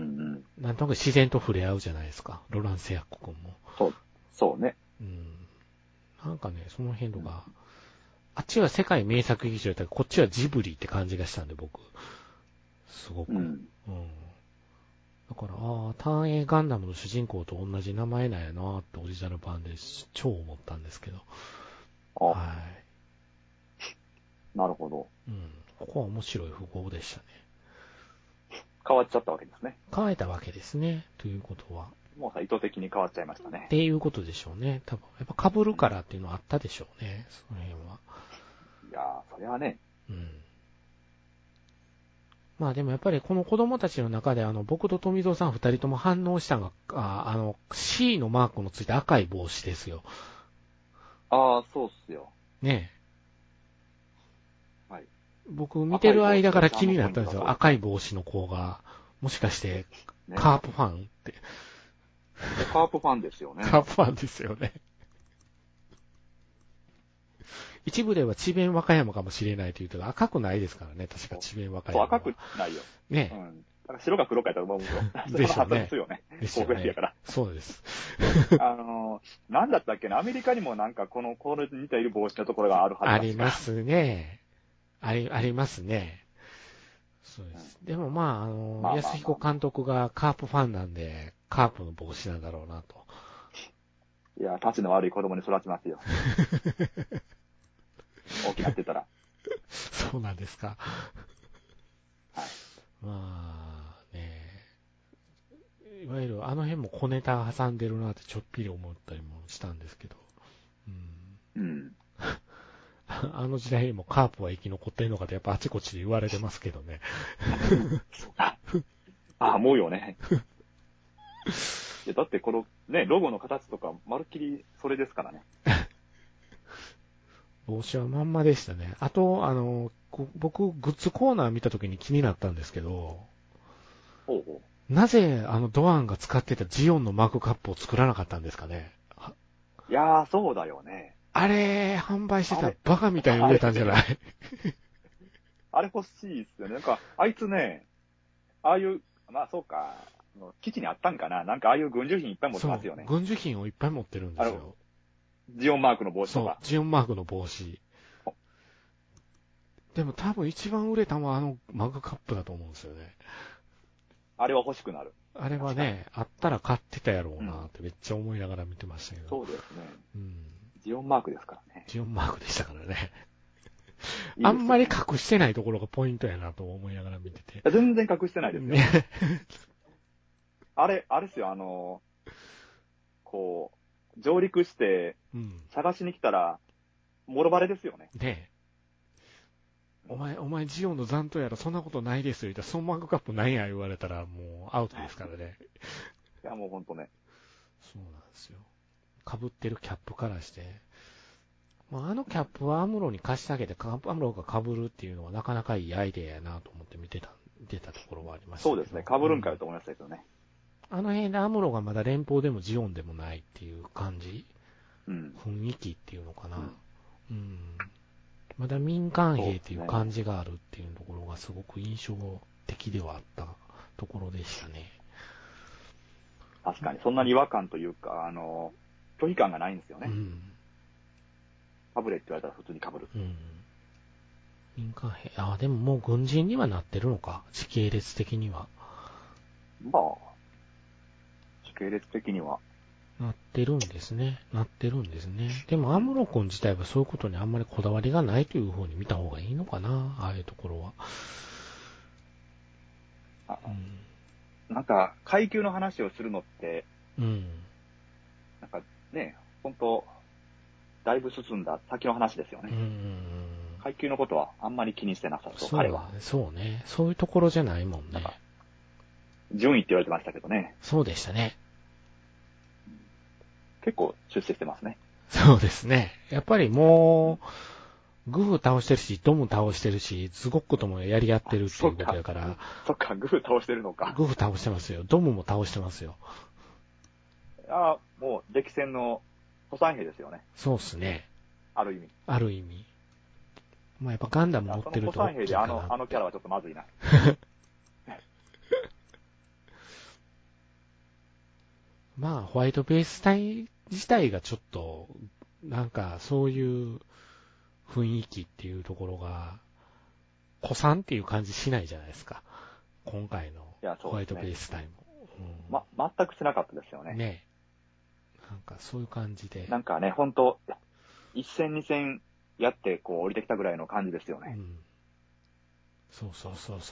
なんとなく自然と触れ合うじゃないですか。ロラン製薬君も。 そうね。 うん。なんかね、その辺とか、あっちは世界名作劇場だったら、こっちはジブリって感じがしたんで、僕。すごく。うん。だから、ターン A ガンダムの主人公と同じ名前なんやなってオリジナル版で超思ったんですけど。はい。 なるほど。 うん。ここは面白い符号でしたね。 変わっちゃったわけですね。 変えたわけですね。ということは。 もう意図的に変わっちゃいましたね。 っていうことでしょうね。多分。やっぱ被るからっていうのはあったでしょうね。その辺は。 いやー、それはね。 うん。まあでもやっぱりこの子供たちの中で僕と富蔵さん二人とも反応したのが、C のマークのついた赤い帽子ですよ。 ああ、そうっすよ。 ねえ。はい。 僕見てる間から気になったんですよ。赤い帽子の子が、もしかして、カープファンって。 カープファンですよね。 カープファンですよね。一部では智弁和歌山かもしれないというと赤くないですからね、確か智弁和歌山は。 そう、赤くないよ。 ね。 うん。だから白か黒かやったら思うと。 でしょうね。 ですよね。 ですよね。 やから。 そうです。 なんだったっけな、アメリカにもなんかこれに似ている帽子のところがあるはずだ。 ありますね。ありますね。そうです。でもまあ、安彦監督がカープファンなんで、カープの帽子なんだろうなと。 いや、立ちの悪い子供に育ちますよ。大きなってたら。 そうなんですか。 はい。 まあね、いわゆるあの辺も小ネタ挟んでるなってちょっぴり思ったりもしたんですけど。 うん。 あの時代にもカープは生き残ってるのかってやっぱあちこちで言われてますけどね。 そうか。思うよね。だってこのね、ロゴの形とか、まるっきりそれですからね。 帽子はまんまでしたね。あと、僕、グッズコーナー見た時に気になったんですけど、なぜドアンが使ってたジオンのマグカップを作らなかったんですかね。 いやー、そうだよね。 あれ、販売してたらバカみたいに売れたんじゃない？ あれ欲しいっすよね。なんか、あいつね、ああいう、まあそうか、基地にあったんかな。なんかああいう軍需品いっぱい持ってますよね。 軍需品をいっぱい持ってるんですよ。 ジオンマークの帽子とか。 そう、ジオンマークの帽子。でも多分一番売れたのはマグカップだと思うんですよね。 あれは欲しくなる。 あれはね、あったら買ってたやろうなってめっちゃ思いながら見てましたけど。 そうですね。 うん。 ジオンマークですからね。 ジオンマークでしたからね。あんまり隠してないところがポイントやなと思いながら見てて。 全然隠してないですよ。ね、あれっすよ、上陸して、探しに来たら、もろバレですよね。 ねえ。お前、ジオンの残党やらそんなことないですよ。言ったら、そのマグカップないや言われたら、もうアウトですからね。 いや、もうほんとね。 そうなんですよ。被ってるキャップからして。まあ、キャップはアムロに貸してあげて、アムロが被るっていうのはなかなかいいアイデアやなと思って見てたところはありましたけど。 そうですね。被るんかよと思いましたけどね。 あの辺でアムロがまだ連邦でもジオンでもないっていう感じ、 うん。 雰囲気っていうのかな。 うんうん。まだ民間兵っていう感じがあるっていうところがすごく印象的ではあったところでしたね。 確かに、そんなに違和感というか、拒否感がないんですよね。 うん。 かぶれって言われたら普通にかぶる。 うん。民間兵。でももう軍人にはなってるのか。時系列的には。 まあ、時系列的には。 なってるんですね。なってるんですね。でもアムロ君自体はそういうことにあんまりこだわりがないという風に見た方がいいのかな。ああいうところは。 なんか、階級の話をするのって、 うん。 なんかね、本当だいぶ進んだ先の話ですよね。階級のことはあんまり気にしてなさそう、彼は。 そうね。そういうところじゃないもんね。 順位って言われてましたけどね。 そうでしたね。 結構出世してますね。 そうですね。やっぱりもう、グフ倒してるし、ドム倒してるし、ズゴックともやり合ってるっていうことやから。 そっか、グフ倒してるのか。 グフ倒してますよ。ドムも倒してますよ。 もう、歴戦の古参兵ですよね。 そうっすね。 ある意味。 ある意味。まあやっぱガンダム持ってるとその古参兵であのキャラはちょっとまずいな。 まあ、ホワイトベース隊自体がちょっと、なんかそういう雰囲気っていうところが、古参っていう感じしないじゃないですか。今回のホワイトベース隊も。 全くしなかったですよね。 ね。なんかそういう感じで。 なんかね、ほんと、1戦2戦やってこう降りてきたぐらいの感じですよね。 そう。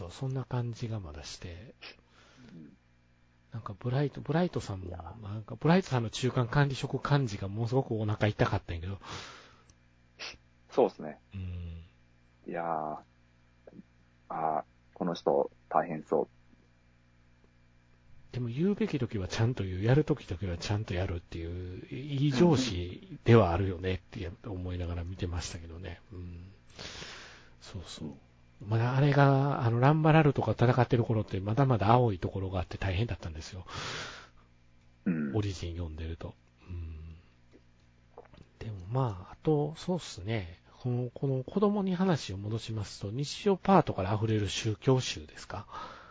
そんな感じがまだして。なんかブライトさんも、なんかブライトさんの中間管理職幹事がものすごくお腹痛かったんやけど。 そうですね。いやこの人大変そう。 でも言うべき時はちゃんと言う、やる時はちゃんとやるっていう、いい上司ではあるよねって思いながら見てましたけどね。そうそう。まだあれが、ランバラルとか戦ってる頃ってまだまだ青いところがあって大変だったんですよ。オリジン読んでると。でもまあ、あと、そうっすね。この子供に話を戻しますと、日常パートから溢れる宗教集ですか。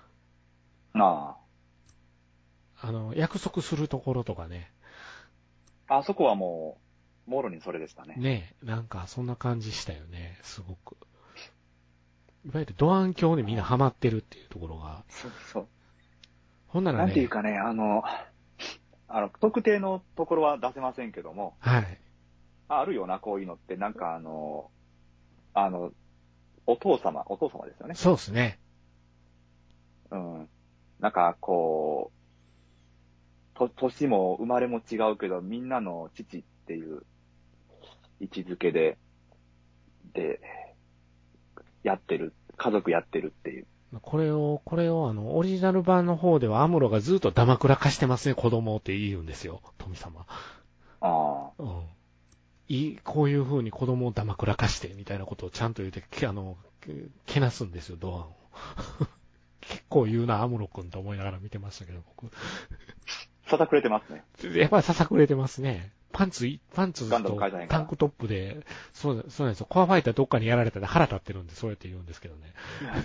約束するところとかね。 あそこはもう、もろにそれでしたね。 ねえ、なんかそんな感じしたよね、すごく。いわゆるドアン教でみんなハマってるっていうところが。 そう。 ほんならね。 なんていうかね、特定のところは出せませんけども。 はい。 あるよな、こういうのって、なんかお父様ですよね。 そうですね。 なんかこう、年も生まれも違うけど、みんなの父っていう位置づけで、やってる、家族やってるっていう。 これをオリジナル版の方ではアムロがずっとダマくらかしてますね、子供って言うんですよ、富様。こういう風に子供をダマくらかして、みたいなことをちゃんと言って、けなすんですよ、ドアンを。結構言うな、アムロ君と思いながら見てましたけど、僕。 ささくれてますね。 やっぱりささくれてますね。パンツとタンクトップで、そうなんですよ。コアファイターどっかにやられたら腹立ってるんで、そうやって言うんですけどね。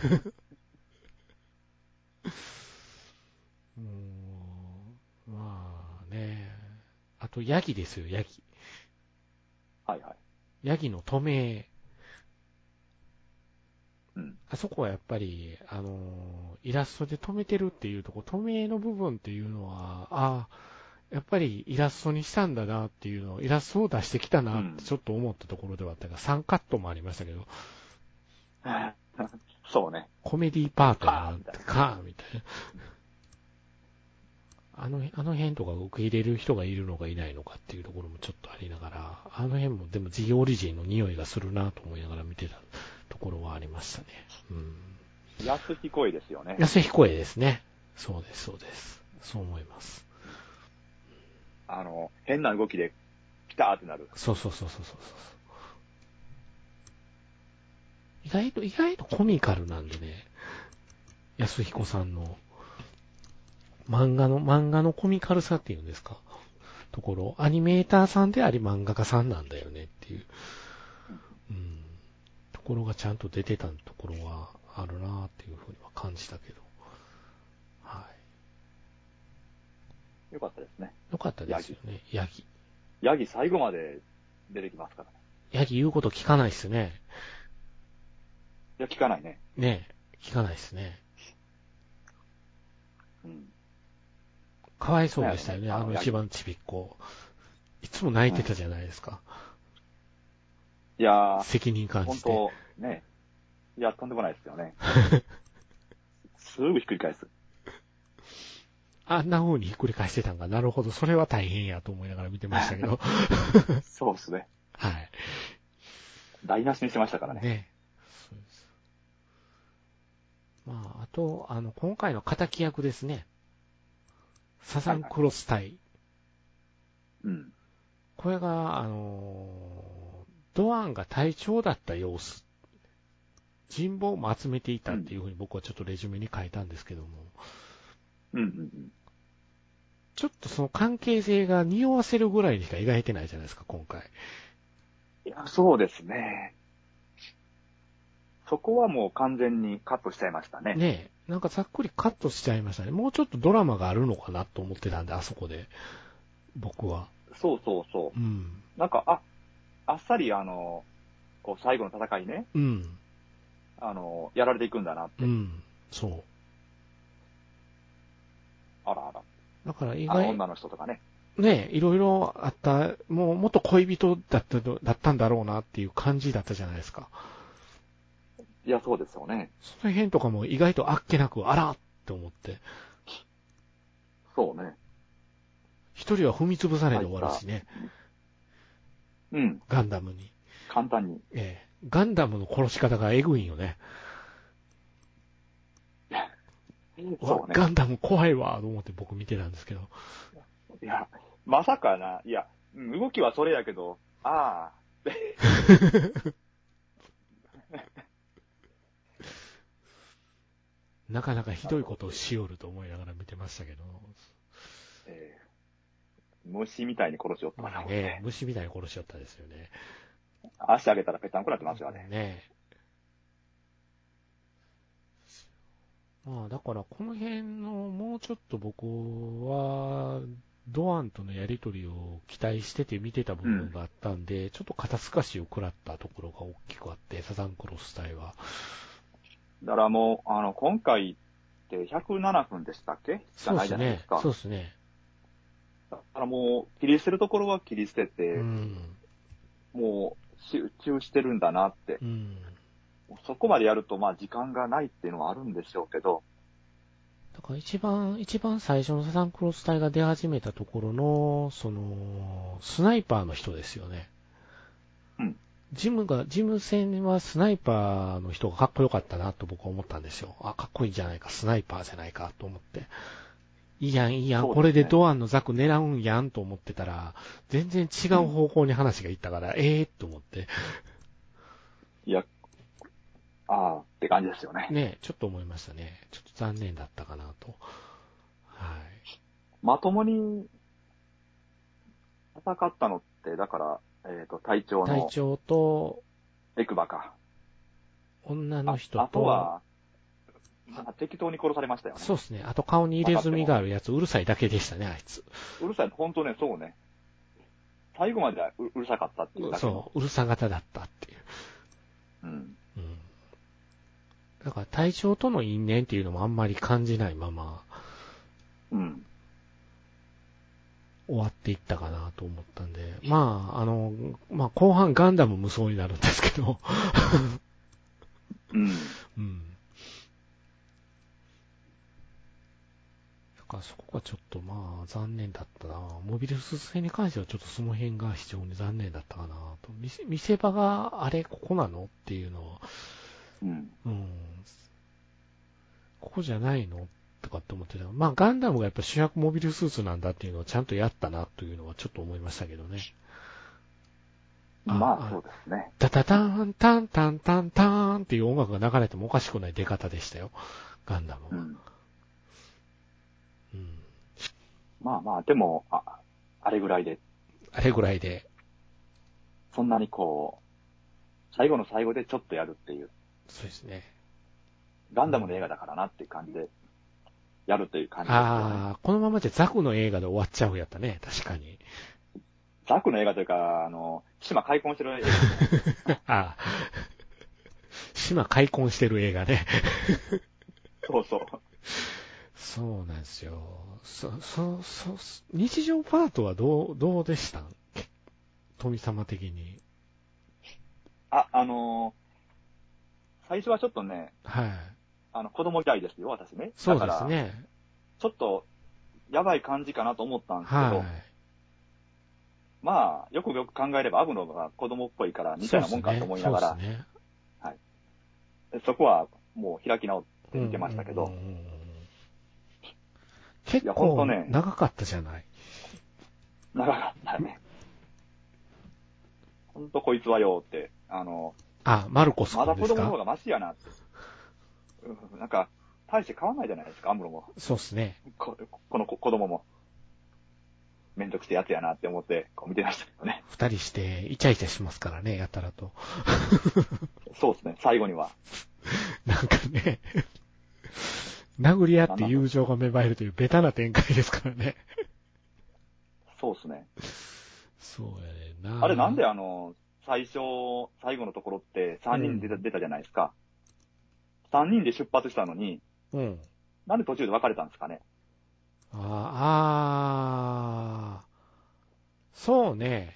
まあね。あと、ヤギですよ、ヤギ。 はいはい。 ヤギの透明。あそこはやっぱり、イラストで止めてるっていうとこ、透明の部分っていうのは、やっぱりイラストにしたんだなっていうのを、イラストを出してきたなってちょっと思ったところではあったが、3カットもありましたけど。 そうね。 コメディパートやな、みたいな。あの辺とか受け入れる人がいるのかいないのかっていうところもちょっとありながら、あの辺もでもジオリジンの匂いがするなと思いながら見てたところはありましたね。 安彦絵ですよね。 安彦絵ですね。そうです。そう思います。 変な動きで、ピターってなる。 そう。意外とコミカルなんでね。安彦さんの。 漫画のコミカルさっていうんですか。ところ、アニメーターさんであり漫画家さんなんだよねっていう、ところがちゃんと出てたところはあるなっていうふうには感じたけど。はい。 よかったですね。 よかったですよね。ヤギ。 ヤギ最後まで出てきますからね。 ヤギ言うこと聞かないっすね。 いや、聞かないね。 ねえ、聞かないっすね。 うん。 かわいそうでしたよね、あの一番ちびっ子。いつも泣いてたじゃないですか。 いやー、 責任感じて。 本当ね。いや、とんでもないですよね。すぐひっくり返す。 あんな風にひっくり返してたんが、なるほど、それは大変やと思いながら見てましたけど。 そうですね。 はい。 台無しにしてましたからね。 ね。そうです。まあ、あと、今回の敵役ですね。サザンクロス隊。 うん。 これが、ドアンが隊長だった様子。人望も集めていたっていうふうに僕はちょっとレジュメに書いたんですけども。 うんうんうん。 ちょっとその関係性が匂わせるぐらいにしか描いてないじゃないですか、今回。 いや、そうですね。そこはもう完全にカットしちゃいましたね。 ねえ、なんかざっくりカットしちゃいましたね。もうちょっとドラマがあるのかなと思ってたんで、あそこで。僕は。 そうそうそう。 うん。 なんか、あっさりこう最後の戦いね、 うん。 やられていくんだなって。 うん。そう。 あらあら。 だから意外、 女の人とかね。 ねえ、いろいろあった、もう元恋人だったんだろうなっていう感じだったじゃないですか。 いや、そうですよね。 その辺とかも意外とあっけなく、あらって思って。 そうね。 一人は踏み潰されて終わるしね。 うん。 ガンダムに。 簡単に。 ガンダムの殺し方がエグいんよね。 そうね。 ガンダム怖いわ、と思って僕見てたんですけど。 いや、まさかな。いや、動きはそれやけど、ああ。 なかなかひどいことをしよると思いながら見てましたけど。 虫みたいに殺しよったな、 ね。虫みたいに殺しよったですよね。 足上げたらペタンコなってますよね。 ね。まあ、だからこの辺のもうちょっと僕は、ドアンとのやりとりを期待してて見てた部分があったんで、ちょっと肩透かしを食らったところが大きくあって、サザンクロス隊は。 だからもう、今回って107分でしたっけじゃないじゃないですか。 そうですね。 だからもう、切り捨てるところは切り捨てて、 うん、 もう、集中してるんだなって。 うん、 そこまでやると、まあ、時間がないっていうのはあるんでしょうけど。 だから一番最初のサザンクロス隊が出始めたところの、スナイパーの人ですよね。 うん。 ジム戦はスナイパーの人がかっこよかったなと僕は思ったんですよ。あ、かっこいいじゃないか、スナイパーじゃないかと思って。いいやん、 ね、 これでドアンのザク狙うんやんと思ってたら、全然違う方向に話がいったから、と思って。 いや、って感じですよね。 ね、ちょっと思いましたね。ちょっと残念だったかなと。はい。 まともに戦ったのって、だから、隊長と、 エクバか。 女の人と、 あとは、適当に殺されましたよね。 そうですね。あと顔に入れ墨があるやつ、うるさいだけでしたね、あいつ。 うるさい、本当ね、そうね。最後まではうるさかったっていうだけの。 そう、うるさ型だったっていう。 うん。 だから隊長との因縁っていうのもあんまり感じないまま、 うん。 終わっていったかなと思ったんで、まあ、後半ガンダム無双になるんですけど、 うん。 うん。だからそこがちょっとまあ残念だったな。モビルスーツ戦に関してはちょっとその辺が非常に残念だったかなと。見せ場があれここなのっていうのは、 うん。 ここじゃないのとかって思ってた。まあガンダムがやっぱ主役モビルスーツなんだっていうのはちゃんとやったなというのはちょっと思いましたけどね。 まあそうですね。 タタタンタンタンタンターンっていう音楽が流れてもおかしくない出方でしたよ。ガンダムは。 まあまあ、でも、あれぐらいで、 あれぐらいで。 そんなにこう、最後の最後でちょっとやるっていう、 そうですね。 ガンダムの映画だからなっていう感じで、やるという感じですよね。 ああ、このままじゃザクの映画で終わっちゃうやったね、確かに。 ザクの映画というか、島開墾してる映画。 ああ、島開墾してる映画ね。 そうそう。 そうなんですよ。日常パートはどうでしたん富様的に。 最初はちょっとね、 はい。 子供嫌いですよ、私ね。 そうだから、 ですね。 ちょっと、やばい感じかなと思ったんですけど、 はまあ、よくよく考えれば、アブノが子供っぽいから、 い。 みたいなもんかと思いながら、 そうですね。 はい。そこは、もう開き直って見てましたけど、 結いや、ほんと構ね、 長かったじゃない。 長かったね。ほんとこいつはよって、 あ、マルコスまだ君ですか？ 子供の方がマシやなって。なんか、大して変わんないじゃないですか、アムロも。 そうですね。 この子供も。めんどくせえやつやなって思って、こう見てましたけどね。 二人してイチャイチャしますからね、やたらと。 そうですね、最後には。 なんかね、殴り合って友情が芽生えるというベタな展開ですからね。 そうですね。 そうやねんな。 あれなんで最後のところって3人で出たじゃないですか。3人で出発したのに、 うん。 なんで途中で別れたんですかね。 そうね。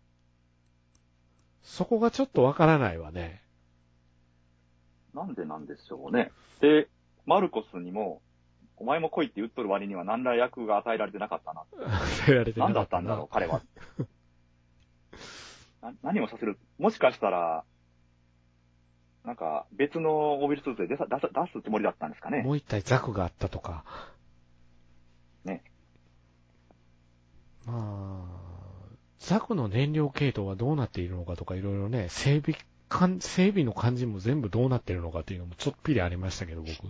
そこがちょっとわからないわね。 なんでなんでしょうね。で、マルコスにも、お前も来いって言っとる割には何ら役が与えられてなかったな。 与えられてな何だかったな。 ったんだろう、彼は。何をさせるもしかしたら、なんか別のモビルスーツで出すつもりだったんですかね。 もう一体ザクがあったとか。 ね。 まあ、ザクの燃料系統はどうなっているのかとかいろいろね、整備の感じも全部どうなっているのかっていうのもちょっぴりありましたけど、僕。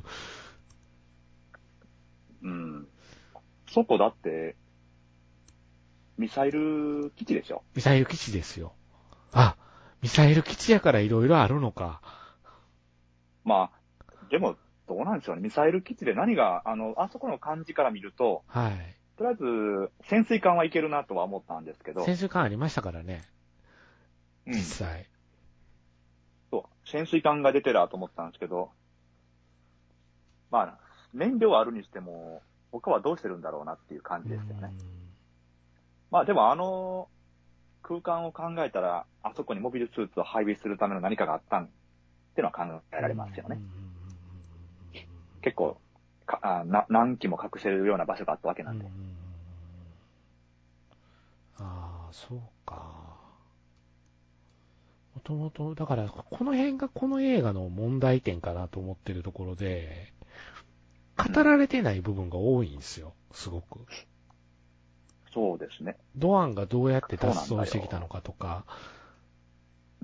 うん。そこだって、ミサイル基地でしょ。 ミサイル基地ですよ。あ、ミサイル基地やからいろいろあるのか。 まあ、でも、どうなんでしょうね。ミサイル基地で何が、あそこの感じから見ると、 はい。 とりあえず、潜水艦はいけるなとは思ったんですけど、 潜水艦ありましたからね、 うん。 実際。 そう、潜水艦が出てらと思ったんですけど、まあ、燃料あるにしても、他はどうしてるんだろうなっていう感じですよね。まあでも空間を考えたら、あそこにモビルスーツを配備するための何かがあったんっていうのは考えられますよね。結構何機も隠せるような場所があったわけなんで。 ああ、そうか。もともと、だから、この辺がこの映画の問題点かなと思ってるところで、語られてない部分が多いんですよ、すごく。 そうですね。 ドアンがどうやって脱走してきたのかとか、 うん。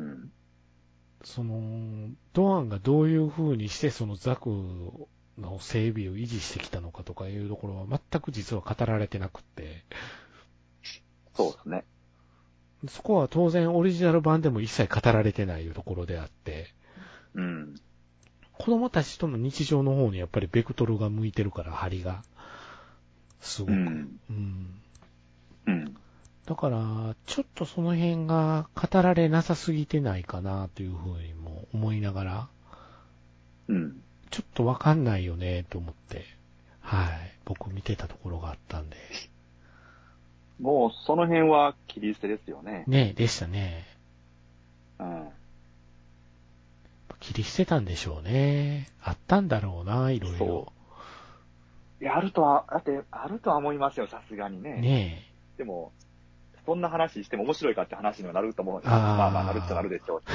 ドアンがどういう風にしてそのザクの整備を維持してきたのかとかいうところは全く実は語られてなくって、 そうですね。 そこは当然オリジナル版でも一切語られてないところであって、 うん。 子供たちとの日常の方にやっぱりベクトルが向いてるから、針が。すごく。 うん。 うん。 うん。 だから、ちょっとその辺が語られなさすぎてないかなというふうにも思いながら、 うん。 ちょっとわかんないよねと思って、はい。僕見てたところがあったんで。 もうその辺は切り捨てですよね。 ねえ、でしたね。 うん。 切り捨てたんでしょうね。あったんだろうな、いろいろ。 そう。いや、あるとは思いますよ、さすがにね。 ねえ。 でも、そんな話しても面白いかって話にはなると思う。まあまあ、なるっちゃなるあでしょう。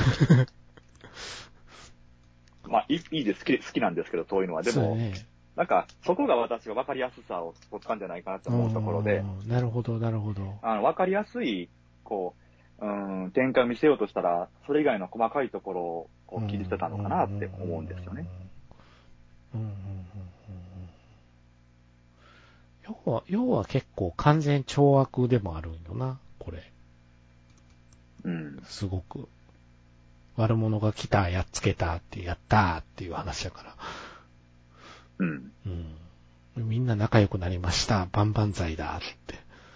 まあ、いいです。好きなんですけど、そういうのは。 あ、 でも、 そうね。 なんか、そこが私が分かりやすさを取ったんじゃないかなと思うところで、 なるほど、なるほど。 分かりやすい、展開を見せようとしたら、それ以外の細かいところをこう切り捨てたのかなって思うんですよね。 要は結構完全懲悪でもあるんよな、これ。 うん。 すごく。悪者が来た、やっつけたって、やったーっていう話だから。 うん。 うん。みんな仲良くなりました。万々歳だって。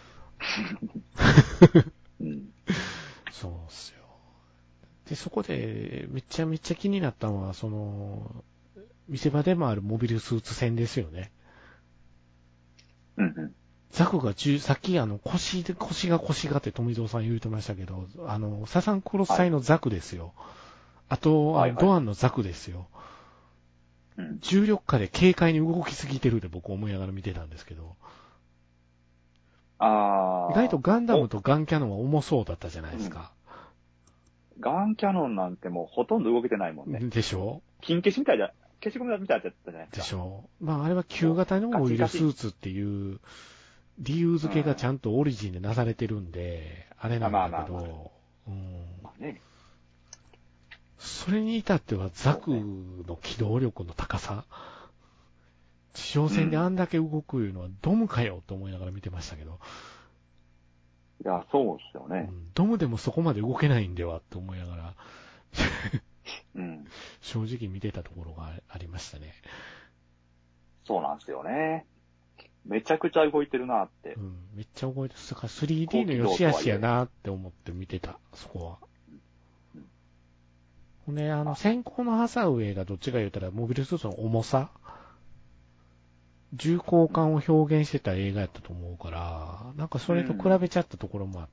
うん。 そうっすよ。で、そこで、めちゃめちゃ気になったのは、見せ場でもあるモビルスーツ戦ですよね。 うん。 ザクがさっき腰がって富蔵さん言うてましたけど、サザンクロス隊のザクですよ。あと、 はいはい。 ドアンのザクですよ。 うん。 重力下で軽快に動きすぎてるって僕思いながら見てたんですけど、意外とああ、 ガンダムとガンキャノンは重そうだったじゃないうん。 ですか。 ガンキャノンなんてもうほとんど動けてないもんね。 でしょ金消しみたいだ、消しゴムみたいだったじゃないですか。 でしょまあ、あれは旧も型のう、ガモビルチガチ。 スーツっていう理由付けがちゃうん。 んとオリジンでなされてるんで、あれあ、 なんだけまあまあまあ。 ど、うん、 まあね。 それに至ってはザクそうね。 の機動力の高さ、地上戦であうん。 んだけ動くいうのはドムかよと思いながら見てましたけど、 いや、そうですよね。 うん、ドムでもそこまで動けないんではって思いながら、 うん。 正直見てたところがありましたね。 そうなんですよね。めちゃくちゃ動いてるなって。 うん、めっちゃ覚えてる。だから 3D 高機動の良し悪とはいえ。 しやなって思って見てた、そこは。 うん。 ほんで、 あ、 先行のハサウェイがどっちか言ったら、モビルスーツの重さ、重厚うん。 感を表現してた映画やったと思うから、なんかそれと比うん。 べちゃったところもあって、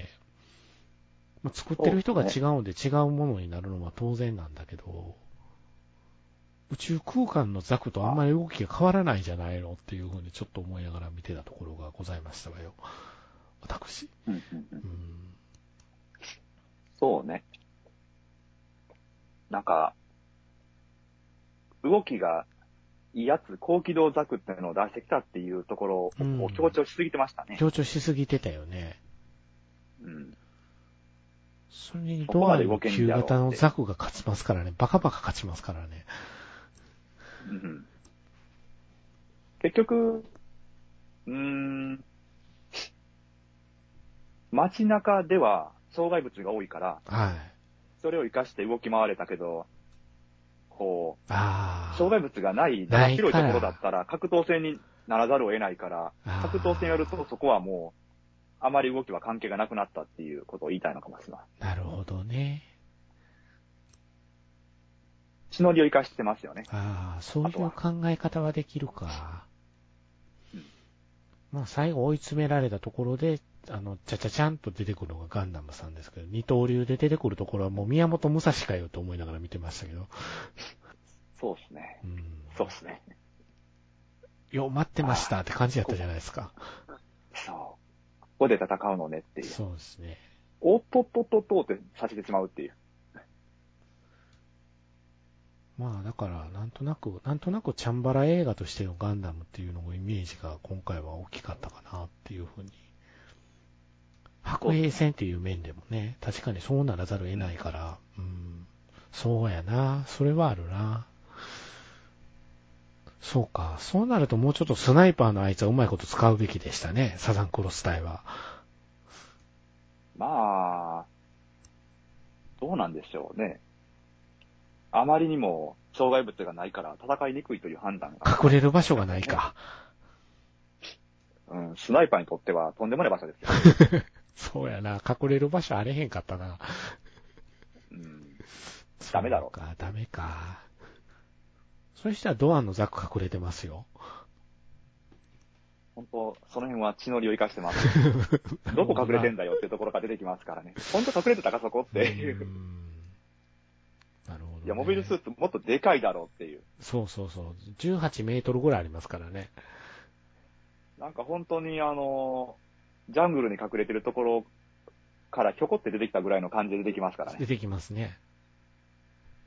まあ、作ってる人がそうですね。 違うんで違うものになるのは当然なんだけど、宇宙空間のザクとあんあ、 まり動きが変わらないじゃないのっていうふうにちょっと思いながら見てたところがございましたわよ。私。 うん、うん、うん。 うん。 そうね。なんか、動きがいいやつ、高機動ザクっていうのを出してきたっていうところうを強ん。 調しすぎてましたね。 強調しすぎてたよね。 うん。 それにそこドアンのまで動けんじ旧型のゃろうって。 ザクが勝ちますからね。バカバカ勝ちますからね。 うん。結局、うーん、街中では障害物が多いから、 はい。 それを活かして動き回れたけど、こう、障害あ物がないあ、ないだだっ広いところだっから、 たら格闘戦にならざるを得ないから、格闘戦やるとあそこはもう、あまり動きは関係がなくなったっていうことを言いたいのかもしれない。 あ、なるほどね。 血のりを生かしてますよね。 ああ、そういうあとは。 考え方はできるか。 うん。 まあ、最後追い詰められたところで、ちゃちゃちゃんと出てくるのがガンダムさんですけど、二刀流で出てくるところはもう宮本武蔵かよと思いながら見てましたけど。 そうですね。 うん。 そうですね。 よ、待ってましああ、 たって感じやったじゃないですか。 そう。ここで戦うのねっていう。 そうですね。 おっとっとっとっとってさせてしまうっていう。 まあだから、なんとなくチャンバラ映画としてのガンダムっていうののイメージが今回は大きかったかなっていうふうに。白そうですね。 兵戦っていう面でもね、確かにそうならざるを得ないから、うん、そうやな、それはあるな。そうか、そうなるともうちょっとスナイパーのあいつはうまいこと使うべきでしたね、サザンクロス隊は。 まあ、どうなんでしょうね。あまりにも障害物がないから戦いにくいという判断が隠れる場所がありますね。 ないか。 うん、スナイパーにとってはとんでもない場所ですよ。 そうやな、隠れる場所あれへんかったな。 うん、 そダメだろうか、ダメか。そしたらドアのザク隠れてますよ。 本当、その辺は血のりを生かしてます。 なるどこほどな。 隠れてんだよっていうところが出てきますからね。本当隠れてたかそこっていう。 なるほいや、 どモビルスね。 ーツもっとでかいだろうっていう。 そうそうそう。18メートルぐらいありますからね。 なんか本当にジャングルに隠れてるところからひょこって出てきたぐらいの感じで出てきますからね。 出てきますね。 うん。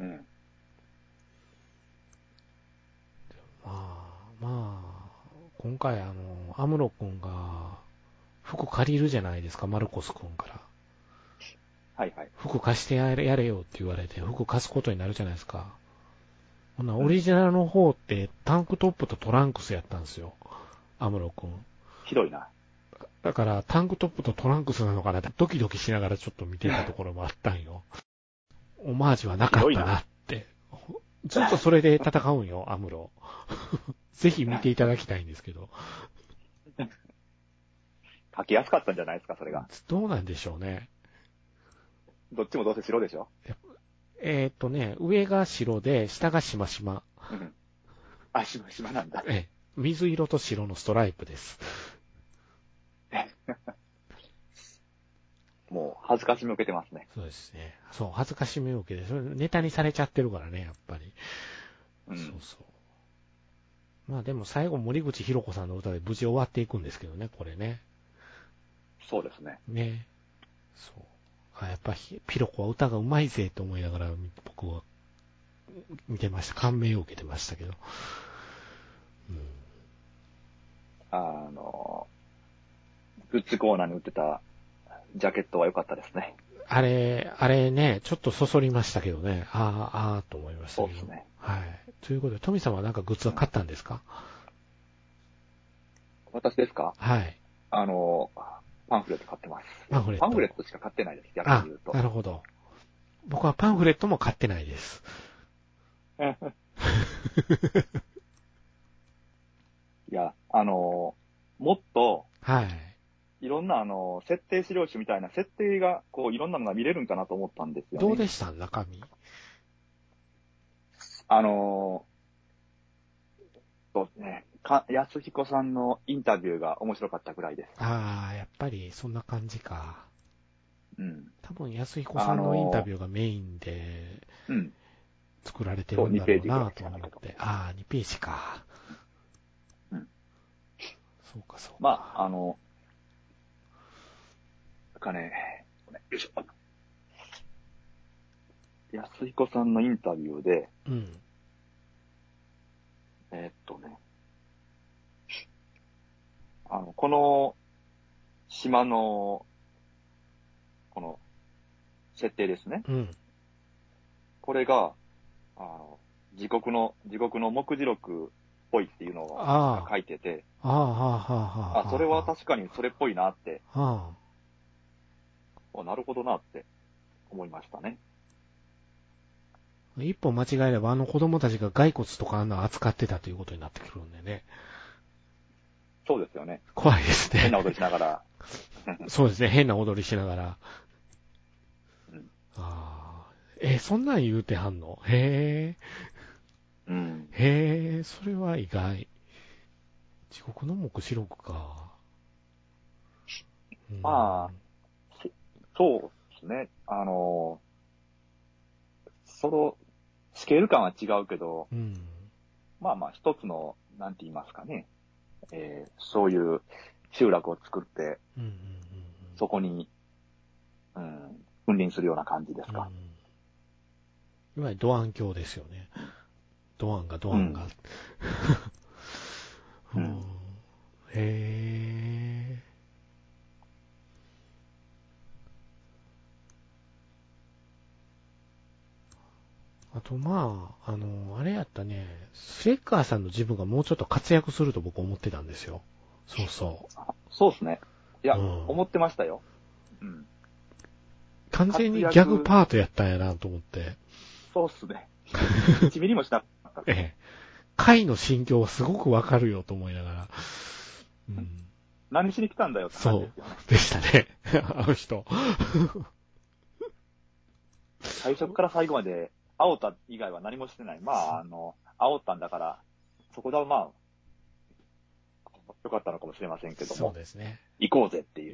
まあ、今回アムロ君が服借りるじゃないですか、マルコス君から。 はいはい。 服貸してやれよって言われて、服貸すことになるじゃないですか。ほな、 うん。 オリジナルの方ってタンクトップとトランクスやったんですよ。 アムロ君。 ひどいな。 だから、タンクトップとトランクスなのかなって、ドキドキしながらちょっと見てたところもあったんよ。オマージュはなかったなって。ずっとそれで戦うんよ、アムロ。ぜひ見ていただきたいんですけど。 書きやすかったんじゃないですか、それが。 どうなんでしょうね。 どっちもどうせ白でしょ。 上が白で、下がしましま。 うん。あ、しましまなんだ。 水色と白のストライプです。 もう、恥ずかしみを受けてますね。 そうですね。そう、恥ずかしみを受けて、それネタにされちゃってるからね、やっぱり。 うん、 そうそう。まあでも最後、森口博子さんの歌で無事終わっていくんですけどね、これね。 そうですね。 ね。そう。やっぱピロコは歌がうまいぜと思いながら、僕は見てました。感銘を受けてましたけど。うん、 グッズコーナーに売ってたジャケットは良かったですね。 あれね、ちょっとそそりましたけどね。と思いましたけど。 そうですね。 はい。ということで、富さんはなんかグッズは買ったんですか？ 私ですか？ はい。 パンフレット買ってます。 パンフレットしか買ってないです、逆に言うと。 なるほど。僕はパンフレットも買ってないです。 いや、もっと、 はい。 いろんな設定資料集みたいな設定が、こう、いろんなのが見れるんかなと思ったんですよね。 どうでした中身？ そうですね。安彦さんのインタビューが面白かったぐらいです。 やっぱりそんな感じか。 うん。 多分安彦さんのインタビューがメインで作られてるんだろうなと思って。2ページか。 うん。 そうかそうか。 まあ、なんかね、よいしょ。安彦さんのインタビューで、 うん。 この島の、この設定ですね。 うん。 これが、地獄の目次録っぽいっていうのを書いてて、それは確かにそれっぽいなって、なるほどなって思いましたね。 一歩間違えれば子供たちが骸骨とか扱ってたということになってくるんでね。 そうですよね。 怖いですね。 変な踊りしながら。 そうですね、変な踊りしながら。そんなん言うてはんの？へうん。 それは意外。地獄の目視録か。 まあ、そうですね。スケール感は違うけど、まあまあ一つの、なんて言いますかね。そういう集落を作って、そこに、君臨するような感じですか。 いわゆるドアン教ですよね。ドアンが。へー。あとあれやったね、スレッガーさんの自分がもうちょっと活躍すると僕思ってたんですよ。そうそう。 そうですね。いや、思ってましたよ。 完全にギャグパートやったんやなと思って。 そうっすね。1ミリもしなかった。 回の心境はすごくわかるよと思いながら。 何しに来たんだよって感じですよね。 そうでしたね。あの人。 最初から最後まで、煽った以外は何もしてない。煽ったんだから、そこでは良かったのかもしれませんけども。 そうですね。 行こうぜっていう。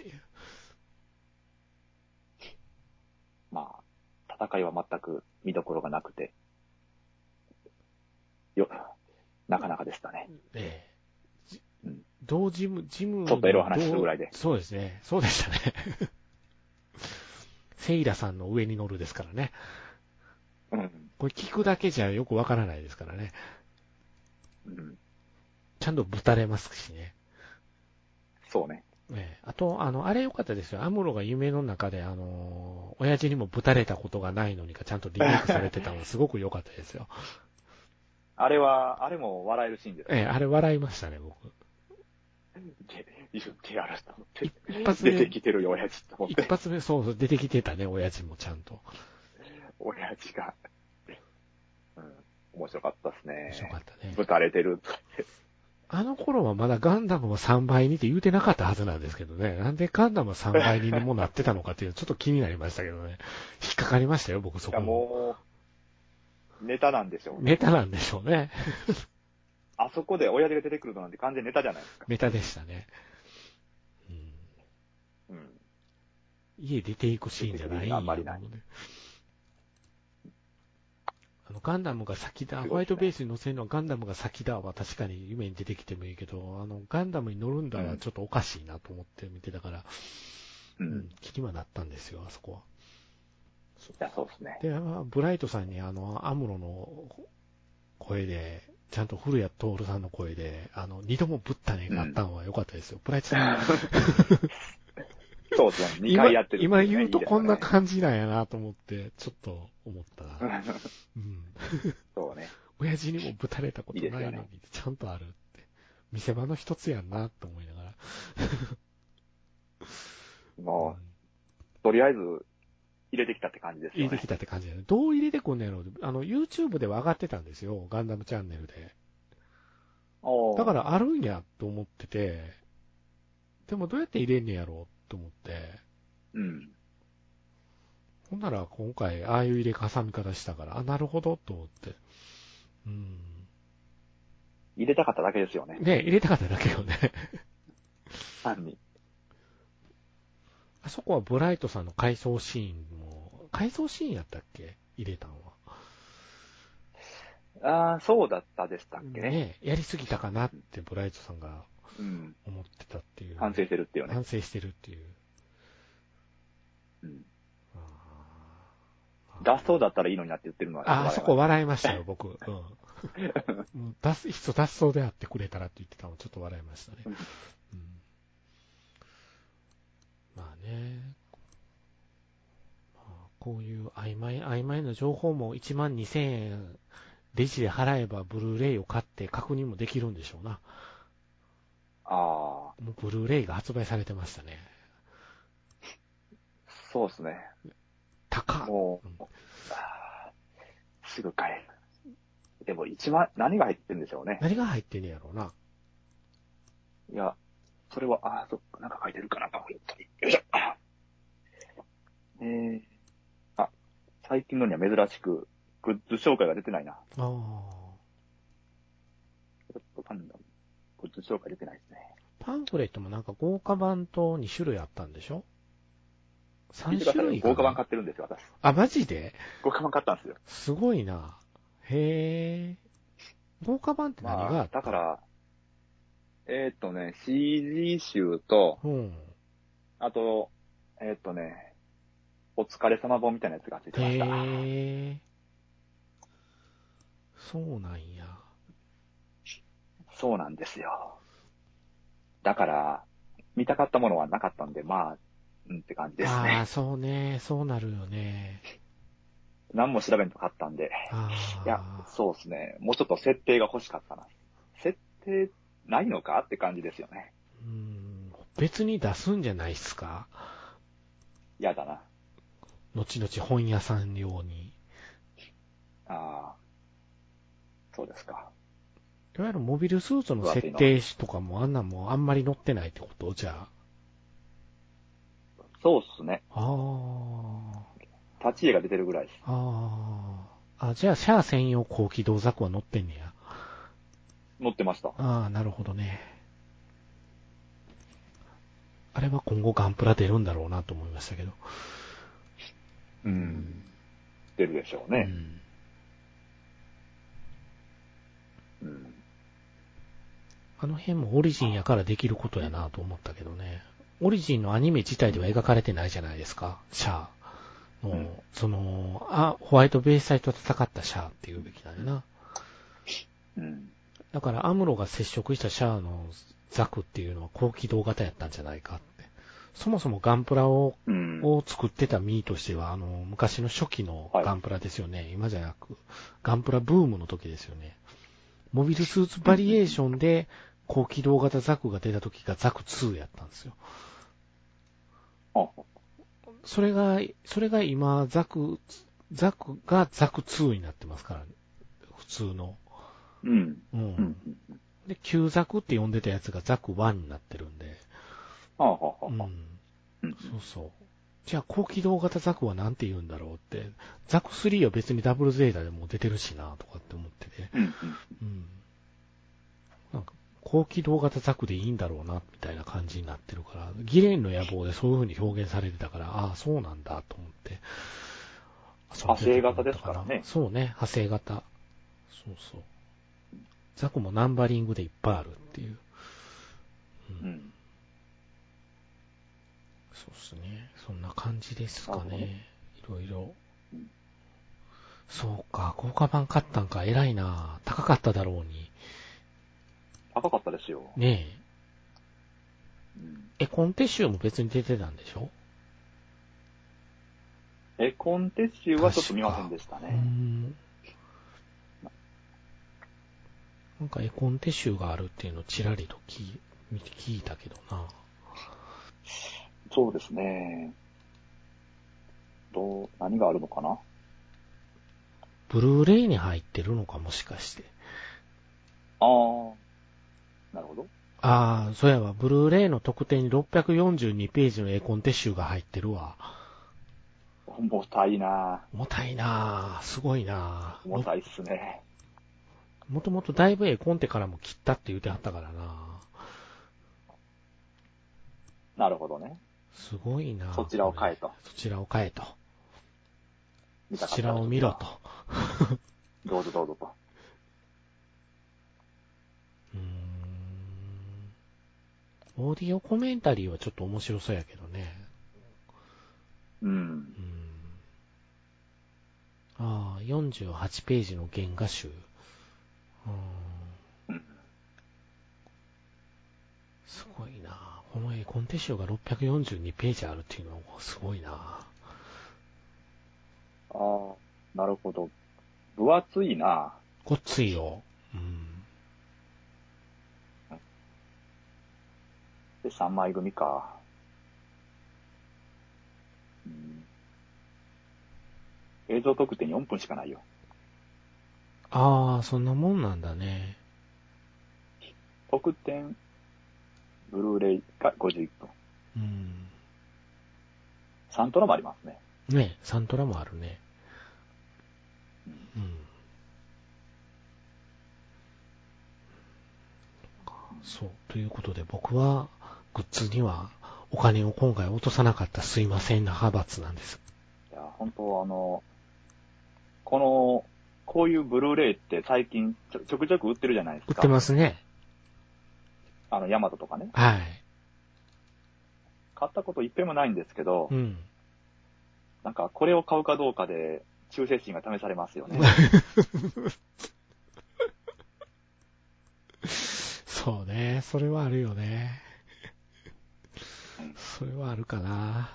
戦いは全く見どころがなくて。なかなかでしたね。 同ジム、ちょっとエロ話するぐらいで。 そうですね。そうでしたね。セイラさんの上に乗るですからね。これ聞くだけじゃよくわからないですからね。ちゃんとぶたれますしね。 そうね。 あと、あれ良かったですよ。アムロが夢の中で、親父にもぶたれたことがないのにか、ちゃんとリメイクされてたのがすごく良かったですよ。 あれも笑えるシーンです。 あれ笑いましたね、僕。 言ってやると思って。 一発目出てきてるよ、親父と思って。 一発目、そう、出てきてたね、親父もちゃんと。 親父が。面白かったですね。 面白かったね。 ぶたれてるとかって。 あの頃はまだガンダムは3倍にって言うてなかったはずなんですけどね。なんでガンダムは3倍にもなってたのかっていうのちょっと気になりましたけどね。引っかかりましたよ、僕そこも。 いや、もう、ネタなんでしょうね。 ネタなんでしょうね。 あそこで親父が出てくるのなんて完全ネタじゃないですか。 ネタでしたね。 うん。 家出ていくシーンじゃないんやあんまりない。 ガンダムが先だ、ホワイトベースに乗せるのはガンダムが先だは確かに夢に出てきてもいいけど、ガンダムに乗るんだはちょっとおかしいなと思って見てたから、気にはなったんですよ、あそこは。 いや、そうですね。 で、ブライトさんにアムロの声で、ちゃんと古谷徹さんの声で、二度もぶったねがあったのは良かったですよ。ブライトさん。 そうですね。2回やってる、 今言うとこんな感じなんやなと思って、ちょっと思ったな。 そうね。 親父にもぶたれたことないのに、ちゃんとあるって。見せ場の一つやんなと思いながら。 もう、とりあえず、入れてきたって感じですよね。 入れてきたって感じだね。どう入れてくんねやろう。YouTube では上がってたんですよ。ガンダムチャンネルで。だからあるんやと思ってて、でもどうやって入れんねやろうと思って。ほんなら今回、ああいう入れ挟み方したから、なるほどと思って。 入れたかっただけですよね。 ね、入れたかっただけよね。 単に。 あそこはブライトさんの回想シーンも、回想シーンやったっけ入れたのは。そうだったでしたっけね。 ね、やりすぎたかなってブライトさんが思ってたっていう。 反省してるっていうね。 反省してるっていう。 脱走だったらいいのになって言ってるのは。 そこ笑いましたよ、僕。いっそ脱走であってくれたらって言ってたのちょっと笑いましたね。まあね。こういう曖昧な情報も12,000円レジで払えばブルーレイを買って確認もできるんでしょうな。もうブルーレイが発売されてましたね。 そうですね。 高っ。 もう、すぐ買える。でも何が入ってるんでしょうね。 何が入ってんねやろうな。 いや、それは、なんか書いてるかな、よいしょ。最近のには珍しく、グッズ紹介が出てないな。ちょっとグッズ紹介出てないですね。 パンフレットもなんか豪華版と2種類あったんでしょ ?3 種類かな。 豪華版買ってるんですよ、私。 マジで豪華版買ったんですよ。 すごいな。へー。豪華版って何があった？ だから、CG 集と、あと、お疲れ様本みたいなやつがついてました。 そうなんや。 そうなんですよ。だから、見たかったものはなかったんで、って感じですね。 そうね。そうなるよね。 何も調べんと買ったんで。いや、そうですね。もうちょっと設定が欲しかったな。設定ないのかって感じですよね。 別に出すんじゃないっすか？ 嫌だな。 後々本屋さん用に。 そうですか。 いわゆるモビルスーツの設定とかもあんまり載ってないってことじゃあ。 そうっすね。 立ち絵が出てるぐらいです。 じゃあシャア専用高機動ザクは載ってんねや。 載ってました。 なるほどね。あれは今後ガンプラ出るんだろうなと思いましたけど。 出るでしょうね。 あの辺もオリジンやからできることやなと思ったけどね。オリジンのアニメ自体では描かれてないじゃないですか。シャアの、ホワイトベース隊と戦ったシャアっていうべきだな。だからアムロが接触したシャアのザクっていうのは高機動型やったんじゃないかって。そもそもガンプラを作ってた身としては、昔の初期のガンプラですよね。今じゃなく、ガンプラブームの時ですよね。モビルスーツバリエーションで高機動型ザクが出た時がザク2やったんですよ。 あ、 それが今、ザクがザク2になってますから、ね、普通の。 うん。 うん。 うん。 で、旧ザクって呼んでたやつがザク1になってるんで。 はあ、はあ、はあ。 うん。 うん。 そうそう。じゃあ、高機動型ザクはなんて言うんだろうって、ザク3は別にダブルゼータでも出てるしな、とかって思ってて。 うん。 うん。なんか、高機動型ザクでいいんだろうな、みたいな感じになってるから、ギレンの野望でそういう風に表現されてたから、ああ、そうなんだ、と思って。 派生型ですからね。 そうね、派生型。そうそう。ザクもナンバリングでいっぱいあるっていう。 うん。 そうですね。そんな感じですかね。いろいろ。そうか、豪華版買ったんか、偉いな。高かっただろうに。 高かったですよ。 ねうん、 コンテ集も別に出てたんでしょ？ コンテ集はちょっと見ませんでしたね。 なんか絵コンテ集があるっていうのをちらりと聞いたけどな。 そうですね。何があるのかな？ ブルーレイに入ってるのかもしかして。 ああ、なるほど。 ああ、そうやわ。ブルーレイの特典に642ページの絵コンテ集が入ってるわ。 重たいな。 重たいなぁ。すごいなぁ。 重たいっすね。 もともとだいぶ絵コンテからも切ったって言うてはったからな。 なるほどね。 すごいな。 そちらを買えと。 そちらを買えと。そち見たかったらを見ろと。 どうぞどうぞと。 オーディオコメンタリーはちょっと面白そうやけどね。ああ、48ページの原画集。すごいな。この絵コンテ集が642ページあるっていうのはすごいな。 ああ、なるほど。分厚いな。 ごっついよ。 で、3枚組か。映像特典4分しかないよ。 ああ、そんなもんなんだね。 特典、ブルーレイが51分。サントラもありますね。 ね、サントラもあるね。そう。ということで僕はグッズにはお金を今回落とさなかったすいませんな派閥なんです。 いや、本当こういうブルーレイって最近ちょくちょく売ってるじゃないですか。 売ってますね。 ヤマトとかね。 はい。 買ったこと一遍もないんですけど、なんかこれを買うかどうかで忠誠心が試されますよね。 そうね。それはあるよね。それはあるかな。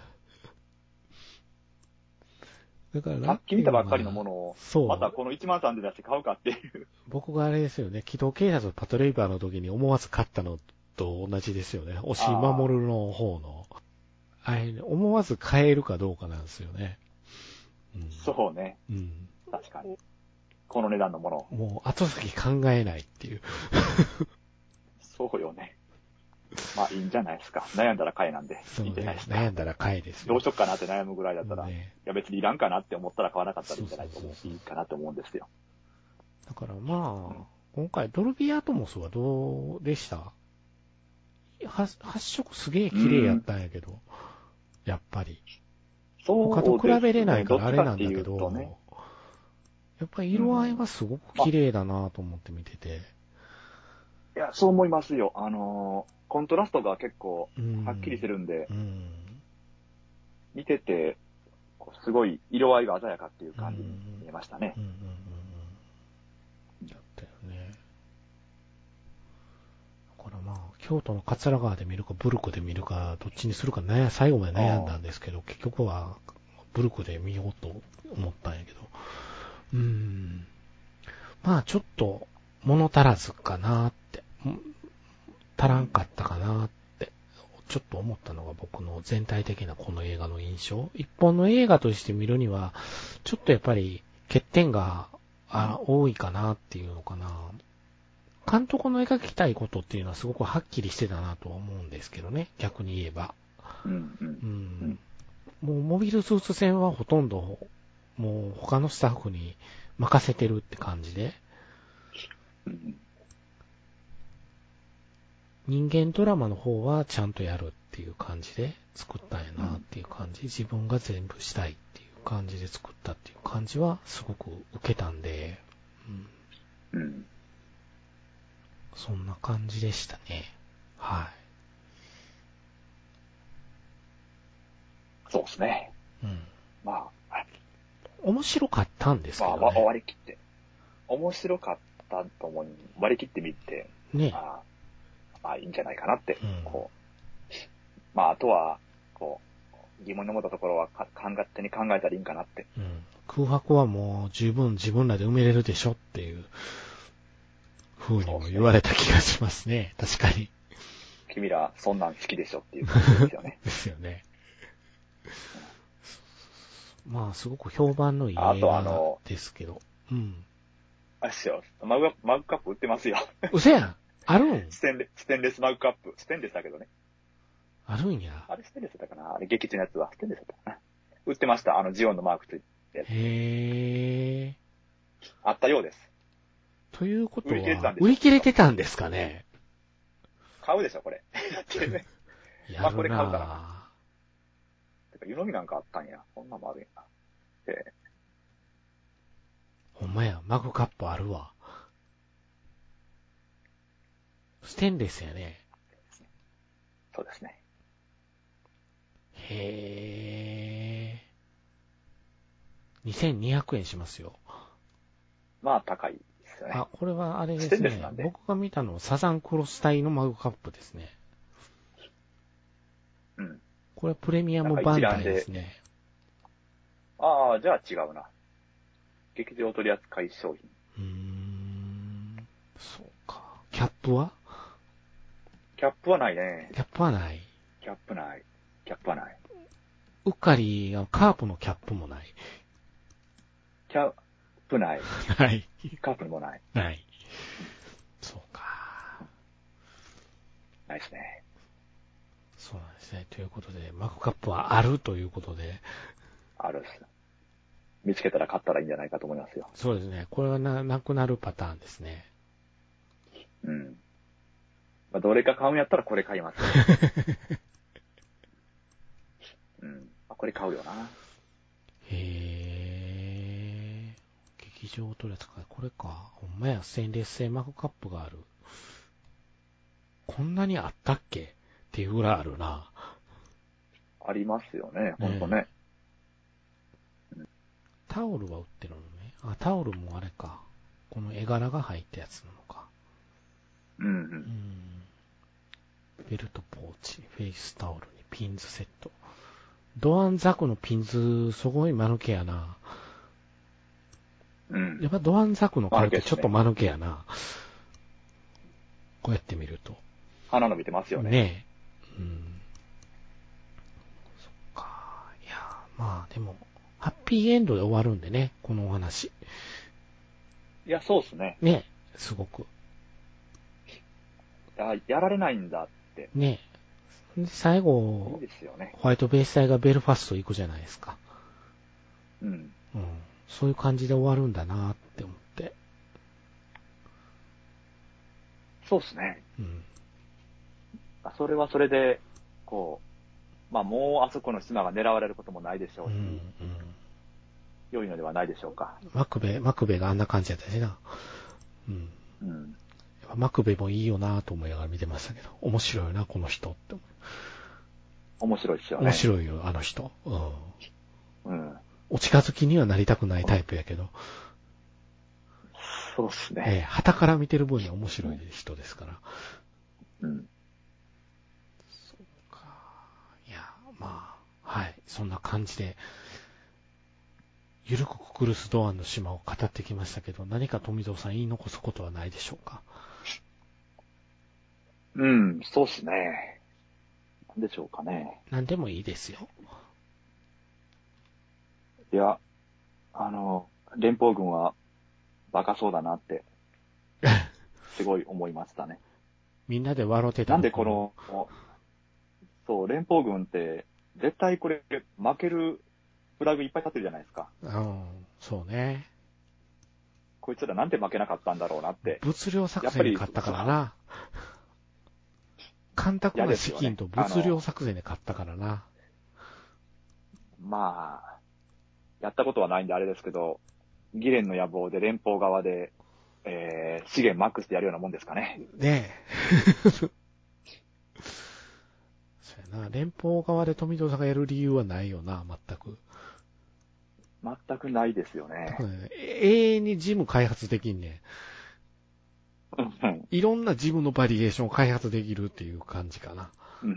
だからさっき見たばっかりのものを、またこの1万3で出して買うかっていう。 僕があれですよね。機動警察パトレイバーの時に思わず買ったのと同じですよね。押井守の方の。あれ、ね、思わず買えるかどうかなんですよね。 そうね。確かに。この値段のもの。 もう後先考えないっていう。 そうよね。まあいいんじゃないですか。悩んだら買えなんで。 そうね。 いいんじゃないですか。 悩んだら買えですよ。 どうしよっかなって悩むぐらいだったら、いや別にいらんかなって思ったら買わなかったらいいんじゃないと思う。いいかなと思うんですよ。 だからまあ、今回ドルビーアトモスはどうでした？発色すげえ綺麗やったんやけど、やっぱり。他と比べれないからあれなんだけど、やっぱり色合いはすごく綺麗だなと思って見てて。 いや、そう思いますよ。コントラストが結構はっきりしてるんで、見てて、すごい色合いが鮮やかっていう感じに見えましたね。 だったよね。だからまあ、京都の桂川で見るかブルクで見るか、どっちにするか最後まで悩んだんですけど、結局はブルクで見ようと思ったんやけど。まあちょっと物足らずかなって。 足らんかったかなって、ちょっと思ったのが僕の全体的なこの映画の印象。一本の映画として見るには、ちょっとやっぱり欠点が多いかなっていうのかな。監督の描きたいことっていうのはすごくはっきりしてたなとは思うんですけどね、逆に言えば。もうモビルスーツ戦はほとんど、もう他のスタッフに任せてるって感じで、人間ドラマの方はちゃんとやるっていう感じで作ったんやなっていう感じ、自分が全部したいっていう感じで作ったっていう感じはすごく受けたんで、そんな感じでしたね。はい。 そうですね。まあ、 面白かったんですけどね。 まあ、割り切って。面白かったと思うに割り切ってみて、 ね。 まあ、いいんじゃないかなって、まあ、あとは、疑問に思ったところは勝手に考えたらいいんかなって。 空白はもう十分自分らで埋めれるでしょっていう風にも言われた気がしますね。確かに。 君らそんなん好きでしょっていう感じですよね。 ですよね。まあ、すごく評判のいい映画ですけど。 あれですよ。マグカップ売ってますよ。 嘘やん。あるん？ ステンレスマグカップ。ステンレスだけどね。 あるんや。 あれステンレスだったかな？あれ劇中のやつはステンレスだったかな？売ってました。ジオンのマークついて。 へー。 あったようです。 ということは、売り切れてたんですかね？ 買うでしょ、これ。 やるなぁ。 これ買うからな。てか、湯飲みなんかあったんや。こんなんもあるんやな。 ほんまや、マグカップあるわ。ステンレスやね。 そうですね。 へー。2200円しますよ。 まあ、高いですよね。 これはあれですね。 ステンレスなんで。 僕が見たのはサザンクロス隊のマグカップですね。これはプレミアムバンダイですね。 じゃあ違うな。劇場取扱商品。 そうか。キャップは？ キャップはないね。 キャップはない。 キャップない。キャップはない。 うっかり、カープのキャップもない。 キャップない。 はい。 カープもない。 ない。そうか。 ないですね。 そうなんですね。ということで、マグカップはあるということで。 あるっす。見つけたら買ったらいいんじゃないかと思いますよ。 そうですね。これはなくなるパターンですね。 まあ、どれか買うんやったらこれ買います、これ買うよな。 へー。劇場取り扱い、これか。ほんまや、ステンレス製マグカップがある。こんなにあったっけっていうぐらいあるな。 ありますよね、ほんとね。 タオルは売ってるのね。タオルもあれか。この絵柄が入ったやつなのか。ベルトポーチ、フェイスタオルにピンズセット。ドアンザクのピンズ、すごい間抜けやな。やっぱドアンザクの顔ってちょっと間抜けやな。こうやって見ると。 鼻伸びてますよね。 ねえ。そっか。いや、まあでも、ハッピーエンドで終わるんでね、このお話。 いや、そうっすね。 ねえ、すごく。 やられないんだって。 ねえ。で、最後、 いいですよね。 ホワイトベース隊がベルファスト行くじゃないですか。そういう感じで終わるんだなって思って。 そうっすね。それはそれで、まあもうあそこの島が狙われることもないでしょうし、良いのではないでしょうか。 マクベがあんな感じだったしな。マクベもいいよなと思いながら見てましたけど、面白いよな、この人って。 面白いっすよね。 面白いよ、あの人。お近づきにはなりたくないタイプやけど。 そうっすね。 旗から見てる分には面白い人ですから。そうか。いや、まあ、はい。そんな感じで、ゆるくククルスドアンの島を語ってきましたけど、何か富蔵さん言い残すことはないでしょうか？ うん、そうっすね。なんでしょうかね。 なんでもいいですよ。 いや、連邦軍はバカそうだなって、すごい思いましたね。 みんなで笑ってたなんでこの、そう、連邦軍って、絶対これ、負けるフラグいっぱい立ってるじゃないですか。 うん、そうね。 こいつらなんで負けなかったんだろうなって。 物量作戦で勝ったからな。監督の資金と物量作戦で勝ったからな。 まあ、やったことはないんであれですけど、議連の野望で連邦側で、資源マックスでやるようなもんですかね。 ねえ。そうやな。連邦側で富藤さんがやる理由はないよな、全く。 全くないですよね。 永遠にジム開発できんねん。いろんなジムのバリエーションを開発できるっていう感じかな。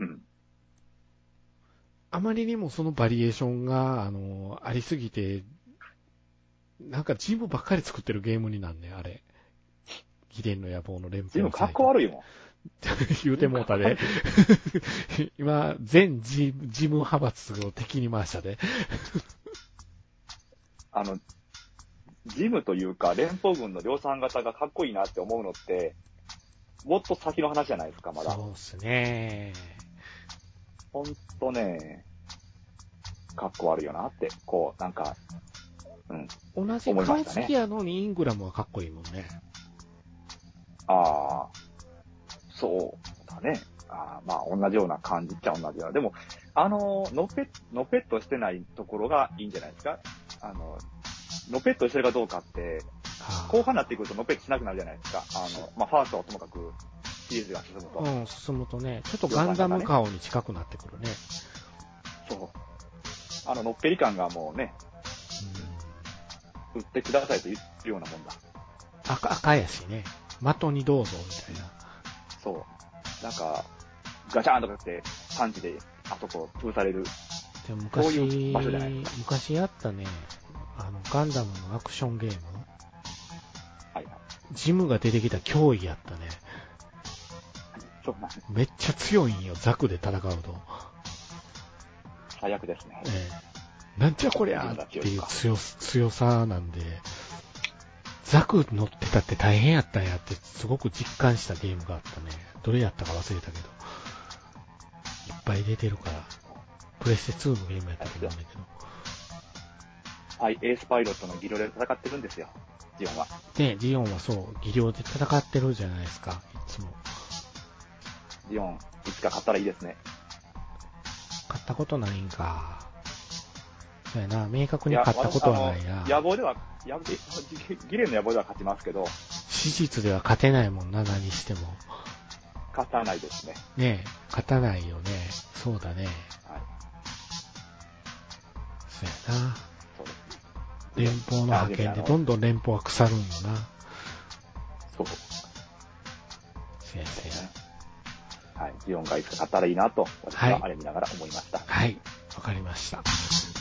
あまりにもそのバリエーションが、ありすぎて、なんかジムばっかり作ってるゲームになんねん、あれ。議連の野望の連邦。 ジムかっこ悪いもん。 言うてもうたで。今、全ジム派閥を敵に回したで。 ジムというか、連邦軍の量産型がかっこいいなって思うのって、もっと先の話じゃないですか、まだ。 そうっすね。 ほんとね、かっこ悪いよなって、こう、なんか、 同じ顔つきやのにイングラムはかっこいいもんね。 ああ、そうだね。まあ、同じような感じっちゃ同じような。でも、のぺっとしてないところがいいんじゃないですか。のぺっとしてるかどうかって、後半になってくるとのぺっとしなくなるじゃないですか。まあ、ファーストはともかく、シリーズが進むと。 進むとね、ちょっとガンダム顔に近くなってくるね。 そう。のっぺり感がもうね、売ってくださいと言ってるようなもんだ。 赤やしね。的にどうぞ、みたいな。 そう。なんか、ガチャーンとかってパンチであそこ潰される。 でも昔やったね、ガンダムのアクションゲーム。 はいはい。 ジムが出てきた脅威やったね。 そうなんです。 めっちゃ強いんよ、ザクで戦うと。 最悪ですね。 なんじゃこりゃーっていう強さなんで、ザク乗ってたって大変やったんやってすごく実感したゲームがあったね。どれやったか忘れたけど。いっぱい出てるから。プレステ2のゲームやったと思うんだけど。 はい、エースパイロットの技量で戦ってるんですよ、ジオンは。 ね、ジオンはそう、技量で戦ってるじゃないですか、いつも。 ジオン、いつか勝ったらいいですね。 勝ったことないんか。そうやな、明確に勝ったことはないな。 野望では、ギレンの野望では勝ちますけど。 史実では勝てないもんな、何しても。 勝たないですね。 ねえ、勝たないよね。そうだね。 はい。 そうやな。 そうです。 連邦の覇権でどんどん連邦は腐るんよな。 そう。 せやせや。 はい。ジオンがいつか勝ったらいいなと、私はあれ見ながら思いました。 はい。わかりました。